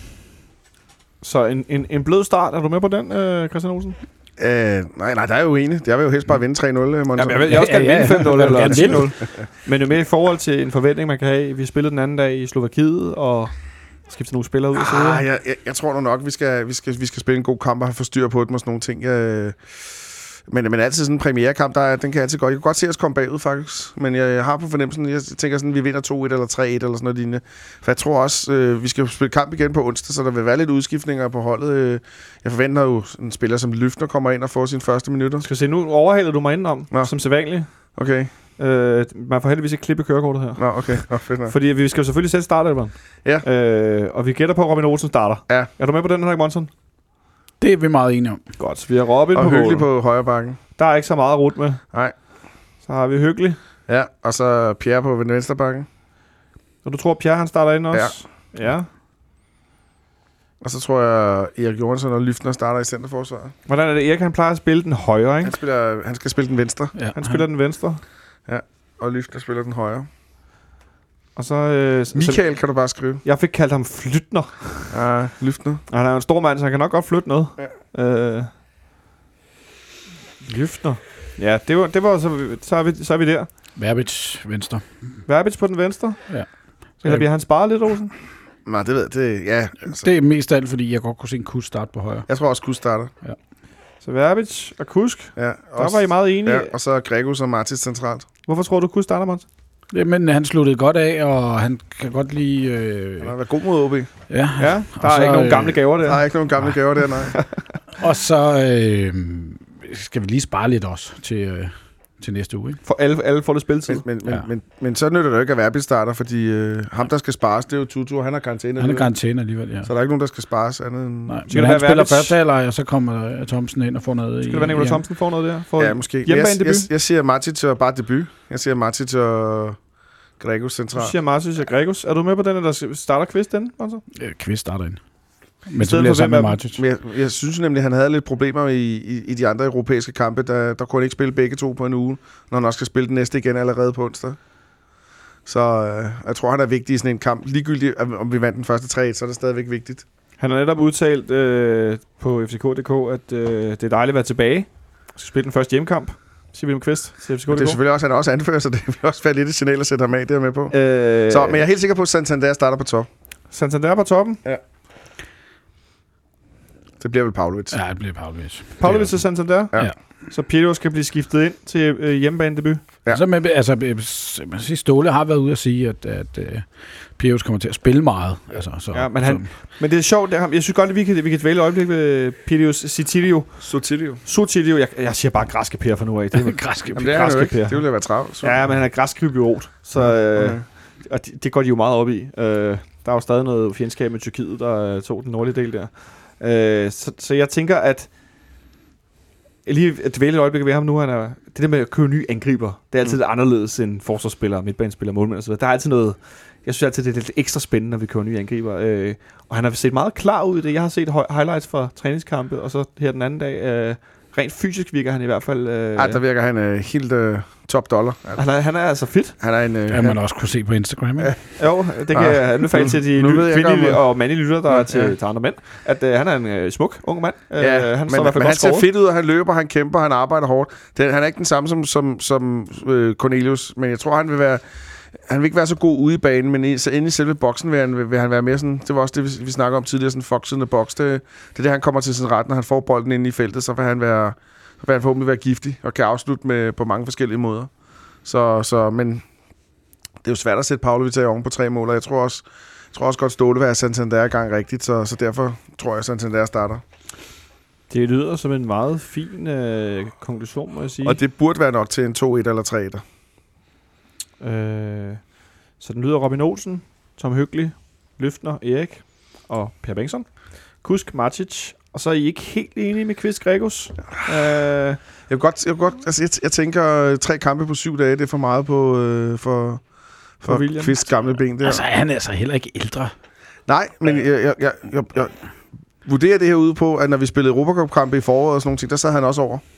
Så en, en, en blød start. Er du med på den, øh, Christian Olsen? Øh, nej, nej, der er jo enig. Jeg vil jo helst bare vinde tre nul, Monsen. Jamen, jeg vil jeg også gerne ja, ja, vinde fem nul ja, eller ti nul. ja. Men jo mere i forhold til en forventning, man kan have. Vi spillede den anden dag i Slovakiet, og skifter nogle spillere ud. Ah, jeg, jeg, jeg tror nok, vi skal, vi, skal, vi skal spille en god kamp og have forstyr på det med sådan nogle ting. Jeg, men, men altid sådan en premierekamp, der, den kan jeg altid godt. Jeg kan godt se os komme bagud, faktisk. Men jeg, jeg har på fornemmelsen, jeg tænker sådan, vi vinder to et eller tre et eller sådan noget lignende. For jeg tror også, øh, vi skal spille kamp igen på onsdag, så der vil være lidt udskiftninger på holdet. Jeg forventer jo, en spiller som Lyftner kommer ind og får sine første minutter. Skal se, nu overhaler du mig indenom, Nå. som sædvanligt. Okay. Øh, man får heldigvis ikke klippe kørekortet her. Nå, okay. Nå, fedt nok. Fordi vi skal jo selvfølgelig selv starte, Elberen. Ja. Øh, og vi gætter på, at Robin Olsen starter. Ja. Er du med på den, Henrik Monson? Det er vi meget enige om. Godt, så vi har Robin Og på Hyggelig mål. på højre bakken. Der er ikke så meget rut med. Nej. Så har vi Hyggelig. Ja, og så Pierre på venstre bakken. Og du tror, Pierre han starter ind også? Ja. Ja. Og så tror jeg, Erik Johansson og Lyftner starter i centerforsvaret. Hvordan er det? Erik han plejer at spille den højre, ikke? Han, spiller, han skal spille den venstre, Ja, Han spiller den venstre. og Lyftner spiller den højre. Og så... Øh, så Michael kan du bare skrive. jeg fik kaldt ham Flytner. Ja, Lyftner. Og han er jo en stor mand, så han kan nok godt flytte noget. Ja. Øh, Lyftner. Ja, det var, det var så, så, er vi, så er vi der. Verbitz, venstre. Verbitz på den venstre. Ja. Eller bliver han sparet lidt, Olsen? Nej, det ved jeg. Det, ja, altså. Det er mest af alt, fordi jeg godt kunne se en kus starte på højre. Jeg tror også, Kus starter. Så Verbitz og Kusk. Ja, Der også, var I meget enige. ja, og så Gregus og Martis centralt. Hvorfor tror du, Kusk starter, Mons? Men han sluttede godt af, og han kan godt lide... Øh, Han har været god mod O B. ja. Ja, der Og er så, ikke nogen øh, gamle gaver der. Der er ikke nogen gamle gaver der, nej. Og så øh, skal vi lige spare lidt også til, øh, til næste uge. Ikke? For alle, alle får det spilletid. Men, men, men, Ja. men, men så nytter det jo ikke at være starter, fordi øh, ham, der skal spares, det er jo Tutu, han har karantæne. Han er alligevel. karantæne alligevel, ja. Så der er ikke nogen, der skal spares andet end... Nej, Skal men det han være spiller Verbic? første halvleg, og så kommer Thomsen ind og får noget Skal i... det være, Nicolai i- Thomsen får noget der? For Ja, måske. Jeg, hjemmebane jeg, debut? jeg siger Matic og bare debut. Jeg siger Matic og Gregos Du central. siger Marcius og Gregos. Er du med på den, eller starter Kvist den? Altså? Øh, Kvist starter ind. Men så stedet bliver for jeg sammen med hvem er- Martic. Men jeg, jeg synes nemlig, at han havde lidt problemer i, i, i de andre europæiske kampe. Der, der kunne han ikke spille begge to på en uge, når han også skal spille den næste igen allerede på onsdag. Så øh, jeg tror, han er vigtig i sådan en kamp. Ligegyldigt, om vi vandt den første tre et, så er det stadigvæk vigtigt. Han har netop udtalt øh, på F C K punktum d k, at øh, det er dejligt at være tilbage. Han skal spille den første hjemmekamp, siger William Kvist til F C K Det er punktum d k. selvfølgelig også, han er også anfører, så det vil også være lidt et signal at sætte ham af, det er jeg med på. Øh, Så, men jeg er helt sikker på, at Santander starter på top. Santander på toppen. Det bliver vel Pavlovic. Ja, det bliver Pavlovic. Pavlovic til Santander. Ja. Ja. Så Piero skal blive skiftet ind til øh, hjemmebane debut. Ja. Ja. Så med, altså, øh, s- man kan sige, Ståle har været ude at sige, at, at uh, Pius kommer til at spille meget. Altså, så, Ja, men han- så, Men det er sjovt, det er ham. Jeg synes godt, at vi kan, vi kan dvæle et øjeblik ved Pirius Citilio. Sotilio. Sotilio, jeg, jeg siger bare græske Per for nu af. Det er græske. Jamen, det er han jo Græske ikke. Per. Det ville være travlt. Ja, men han er græsk kypriot, så øh, Okay. og det, det går de jo meget op i. Øh, der er jo stadig noget fjendskab med Tyrkiet, der øh, tog den nordlige del der. Øh, så, så jeg tænker, at lige at dvæle et øjeblik ved ham nu, han er, det der med at købe nye angriber, det er altid Mm. lidt anderledes end forsvarsspillere, midtbanespillere, målmænd og så videre. Der er altid noget, jeg synes altid, det er lidt ekstra spændende, når vi køber nye angriber. Øh, og han har set meget klar ud i det. Jeg har set hi- highlights fra træningskampe, og så her den anden dag, øh, rent fysisk virker han i hvert fald. Øh, Ja, der virker han øh, helt øh, top dollar. Altså, han, er, han er altså fit. han er en... Øh, kan man også kunne se på Instagram, ikke? Jo, det kan Ah, jeg anbefale til de nu ved ly- jeg ikke, kvindelige om- og mandlige lytter, der er Ja, til, ja. til andre mænd, at øh, han er en øh, smuk, ung mand. Ja, øh, han men, står i hvert fald men han godt ser skåret. fedt ud, og han løber, han kæmper, han arbejder hårdt. Det, han er ikke den samme som, som, som øh, Cornelius, men jeg tror, han vil være... Han vil ikke være så god ude i banen, men i, så inde i selve boksen vil han, vil, vil han være mere sådan... Det var også det, vi, vi snakkede om tidligere, sådan foxende boks. Det, det er det, han kommer til sin ret, når han får bolden inde i feltet, så vil han være... Så vil han forhåbentlig være giftig, og kan afslutte med, på mange forskellige måder. Så, så, men det er jo svært at sætte Pavlovic af oven på tre mål, og jeg tror også, jeg tror også godt Ståle vil have Santander i gang rigtigt, så, så derfor tror jeg, at Santander starter. Det lyder som en meget fin øh, konklusion, må jeg sige. Og det burde være nok til en to et eller tre et. Øh, så den lyder Robin Olsen, Tom Høgli, Løftner, Erik og Per Bengtsson. Kusk, Martic. Og så er I ikke helt enige med Kvist Gregos. Øh, Jeg vil godt, jeg, vil godt, altså jeg, jeg tænker, øh, tre kampe på syv dage, det er for meget på, øh, for, For for William. Kvist gamle ben der. Altså, han er altså heller ikke ældre. Nej, men jeg, jeg, jeg, jeg, jeg vurderer det her ude på, at når vi spillede Europacup-kampe i foråret og sådan nogle ting, der sad han også over.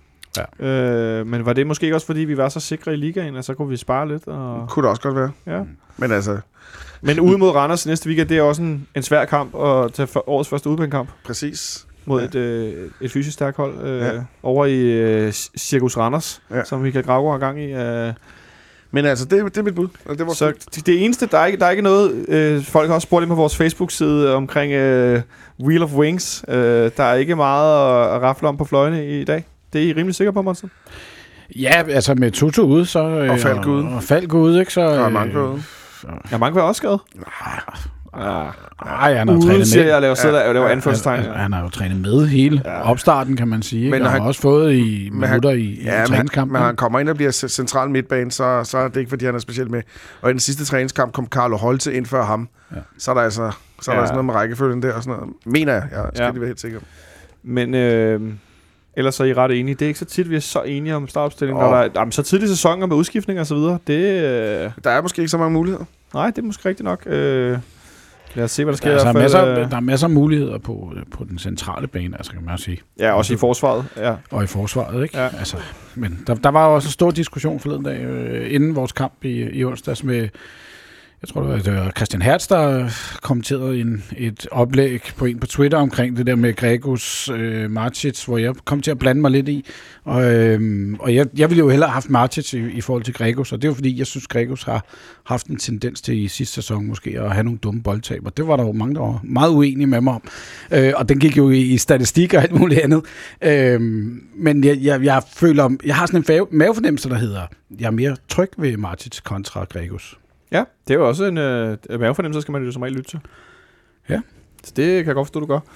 øh, men var det måske ikke også, fordi vi var så sikre i ligaen, at så kunne vi spare lidt? Og, Kunne det også godt være. ja. Men altså, Men ude mod Randers næste weekend, det er også en, en svær kamp at tage for årets første udbanekamp præcis. mod Ja. et, øh, et fysisk stærkt hold øh, Ja. over i øh, Cirkus Randers, Ja. som Michael Graugaard har gang i. Øh. Men altså, det, det er mit bud. Og det var Så det, det eneste, der er ikke, der er ikke noget, øh, folk har også spurgt ind på vores Facebook-side omkring øh, Wheel of Wings. Øh, der er ikke meget at, at rafle om på fløjene i dag. Det er I rimelig sikre på, Monsen? Ja, altså med Tutu ude, så... øh, Og Falk ude. Og, og Falk ude, ikke? Så, Der er mange ude. Ja, mange var også skadet. Nej, han har jo Ude, trænet siger med. jeg, laver sidder der, og det var Ja, anførselstegn. Altså, han har jo trænet med hele Ja. opstarten, kan man sige. Ikke? Men Men han- han har også fået i men han- minutter i, Ja, i men, træningskampen. men han kommer ind og bliver c- central midtbane, så, så er det ikke, fordi han er specielt med. Og i den sidste træningskamp kom Carlo Holte ind før ham. Ja. Så er der altså så er der Ja. sådan noget med rækkefølgen der og sådan noget. Mener jeg. Jeg skal Ja. lige være helt sikker. Men øh, ellers er I ret enige. Det er ikke så tit, vi er så enige om startopstillingen. Åh. Når der er, jamen, så tidlige sæsoner med udskiftning og så videre. Det, øh, Der er måske ikke så mange muligheder. nej, det er måske rigtigt nok. Øh, lad os se, hvad der sker. Der er, i altså hvert fald, masser, øh, der er masser af muligheder på, på den centrale bane, altså, kan man også sige. Ja, også i forsvaret. Ja. Og i forsvaret, ikke? Ja. Altså, men der, der var jo også en stor diskussion forleden dag, øh, inden vores kamp i, i onsdags med, jeg tror det var, det var Christian Hertz, der kommenterede en, et oplæg på en på Twitter omkring det der med Gregos øh, Martic, hvor jeg kom til at blande mig lidt i. Og, øh, og jeg, jeg ville jo hellere have haft Martic i, i forhold til Gregos, og det er jo fordi, jeg synes, Gregos har haft en tendens til i sidste sæson måske at have nogle dumme boldtaber. Det var der jo mange, der var meget uenige med mig om. Øh, og den gik jo i, i statistik og alt muligt andet. Øh, men jeg, jeg, jeg føler, jeg har sådan en fave, mavefornemmelse, der hedder, jeg er mere tryg ved Martic kontra Gregos. Ja, det er jo også en øh, mavefornemmelse, skal man jo som regel lytte til. Ja. Så det kan jeg godt forstå, du gør.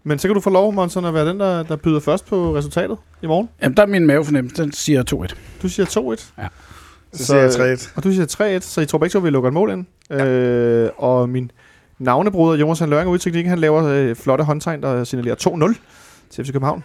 Men så kan du få lov, Monson, at være den, der, der byder først på resultatet i morgen. Jamen, der er min mavefornemmelse. Den siger to et. Du siger to et. Ja. Så, så siger jeg tre et. Og du siger tre et, så I tror begge to, vi lukker et mål ind. Ja. Øh, og min navnebruder, Jonas Han Løring, ude i teknikken, han laver øh, flotte håndtegn, der signalerer to nul til F C København.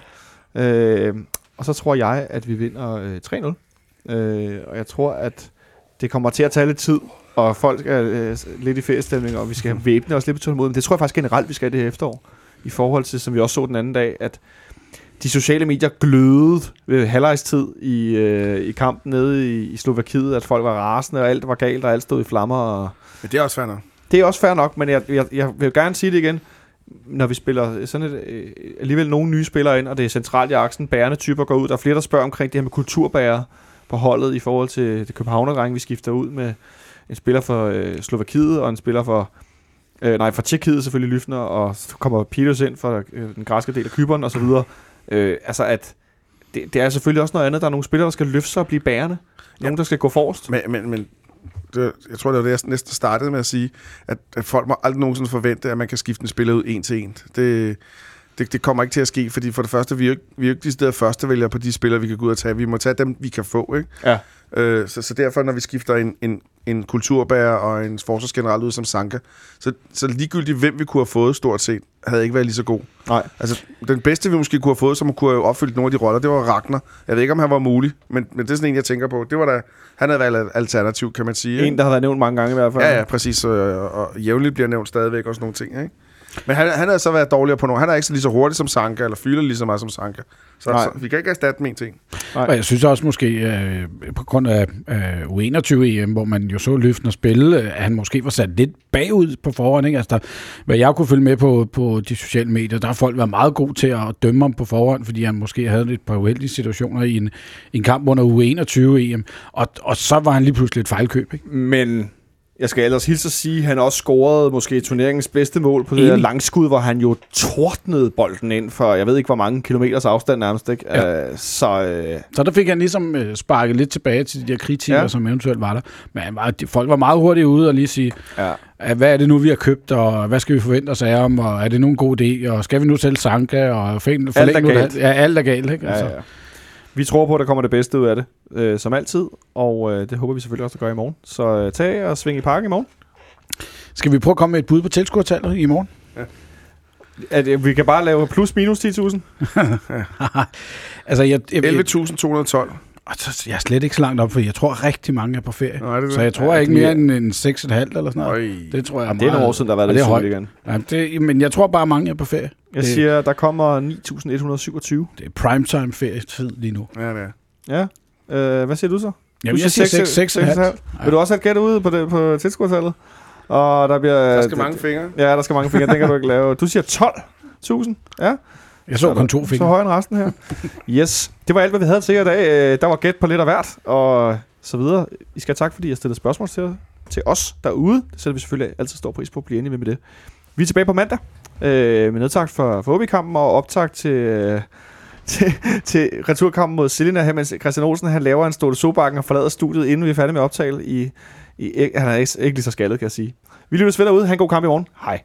Øh, og så tror jeg, at vi vinder øh, tre nul. Øh, og jeg tror, at det kommer til at tage lidt tid, og folk er øh, lidt i feriestemning, og vi skal væbne os lidt på tålmodighed. Men det tror jeg faktisk generelt, vi skal det her efterår. I forhold til, som vi også så den anden dag, at de sociale medier glødede ved halvlejstid i, øh, i kampen nede i, i Slovakiet, at folk var rasende, og alt var galt, og alt stod i flammer. Og Men det er også fair nok. det er også fair nok, men jeg, jeg, jeg vil gerne sige det igen. Når vi spiller sådan et, øh, alligevel nogle nye spillere ind, og det er centralt i aksen, bærende typer går ud. Der er flere, der spørger omkring det her med kulturbærer på holdet i forhold til det københavner-dreng. Vi skifter ud med en spiller for øh, Slovakiet og en spiller for øh, nej, for Tjekkiet selvfølgelig, Lyfner, og så kommer Peters ind for øh, den græske del af Cypern og så videre. Øh, altså at det, det er selvfølgelig også noget andet. Der er nogle spillere, der skal løfte sig og blive bærende. Nogen, der skal gå forrest. Men, men, men det, jeg tror, det var det, jeg næsten startede med at sige, at, at folk må aldrig nogensinde forvente, at man kan skifte en spiller ud en til en. Det, det, det kommer ikke til at ske, fordi for det første, vi er jo ikke, vi er jo ikke de steder første vælger på de spillere, vi kan gå ud og tage. Vi må tage dem, vi kan få, ikke? Ja. Øh, så, så derfor, når vi skifter en, en, en kulturbærer og en forsvarsgeneral ud som Sanka, så, så ligegyldigt, hvem vi kunne have fået stort set, havde ikke været lige så god. Nej. Altså, den bedste, vi måske kunne have fået, som kunne have opfyldt nogle af de roller, det var Ragnar. Jeg ved ikke, om han var mulig, men, men det er sådan en, jeg tænker på. Det var da, han havde været alternativ, kan man sige. En, der har været nævnt mange gange i hvert fald. Ja, ja, præcis. Og, og, og jævnligt bliver nævnt stadigvæk også nogle ting, ikke? Men han, han havde så været dårligere på noget. Han er ikke så lige så hurtig som Sanka, eller fylder lige så meget som Sanka. Så, så vi kan ikke erstatte med en ting. Nej. Og jeg synes også måske, øh, på grund af øh, U enogtyve E M, hvor man jo så Løfner spille, at han måske var sat lidt bagud på forhånd. Ikke? Altså, der, hvad jeg kunne følge med på, på de sociale medier, der har folk været meget gode til at dømme ham på forhånd, fordi han måske havde et par uheldige situationer i en, i en kamp under U enogtyve E M. Og, og så var han lige pludselig et fejlkøb. Ikke? Men jeg skal ellers hilse at sige, at han også scorede måske turneringens bedste mål på det der langskud, hvor han jo tordnede bolden ind for, jeg ved ikke, hvor mange kilometers afstand nærmest. Ikke? Ja. Uh, så, uh... så der fik han ligesom uh, sparket lidt tilbage til de der kritikere, ja. Som eventuelt var der. Men var, de, folk var meget hurtigt ude og lige sige, ja. Hvad er det nu, vi har købt, og hvad skal vi forvente os af ham, og er det nu en god idé, og skal vi nu sælge Sanka, og forlænge alt er galt. Ja, alt er galt. Ikke? Altså. Ja, ja. Vi tror på, at der kommer det bedste ud af det, øh, som altid, og øh, det håber vi selvfølgelig også at gøre i morgen. Så øh, tag og sving i parken i morgen. Skal vi prøve at komme med et bud på tilskuertallet i morgen? Ja. At, øh, vi kan bare lave plus minus ti tusind. altså, jeg, jeg, elleve tusind to hundrede og tolv. Jeg er slet ikke så langt op, for jeg tror rigtig mange er på ferie. Nå, er det det? Så jeg tror ja, ikke mere end en seks komma fem eller sådan noget. Øj. Det tror jeg ja, det er nogle år siden, der har været lidt sol igen. Ja, det, men jeg tror bare, mange er på ferie. Jeg det, siger, der kommer ni tusind et hundrede og syvogtyve. Det er primetime ferietid lige nu. Ja, det er. Ja. Øh, hvad siger du så? Jamen, du jeg siger seks komma fem. Vil du også have et gæt ude på, det, på tilskuertallet? Og der bliver... Der skal mange fingre. Ja, der skal mange fingre. Den kan du ikke lave. Du siger tolv tusind. Ja. Jeg så kun to fingre. Så højere end resten her. Yes. Det var alt, hvad vi havde til i dag. Der var gæt på lidt af hvert, og så videre. I skal have tak, fordi I har stillet spørgsmål til, til os derude. Det sætter vi selvfølgelig altid stor pris på at blive enige med det. Vi er tilbage på mandag øh, med nedtakt for, for O B-kampen og optakt til, øh, til, til returkampen mod Selina, her, mens Christian Olsen han laver en Ståle Sobakken og forlader studiet, inden vi er færdige med optagelse. I, i, han er ikke, ikke lige så skaldet, kan jeg sige. Vi lyttes ved derude. Ha' en god kamp i morgen. Hej.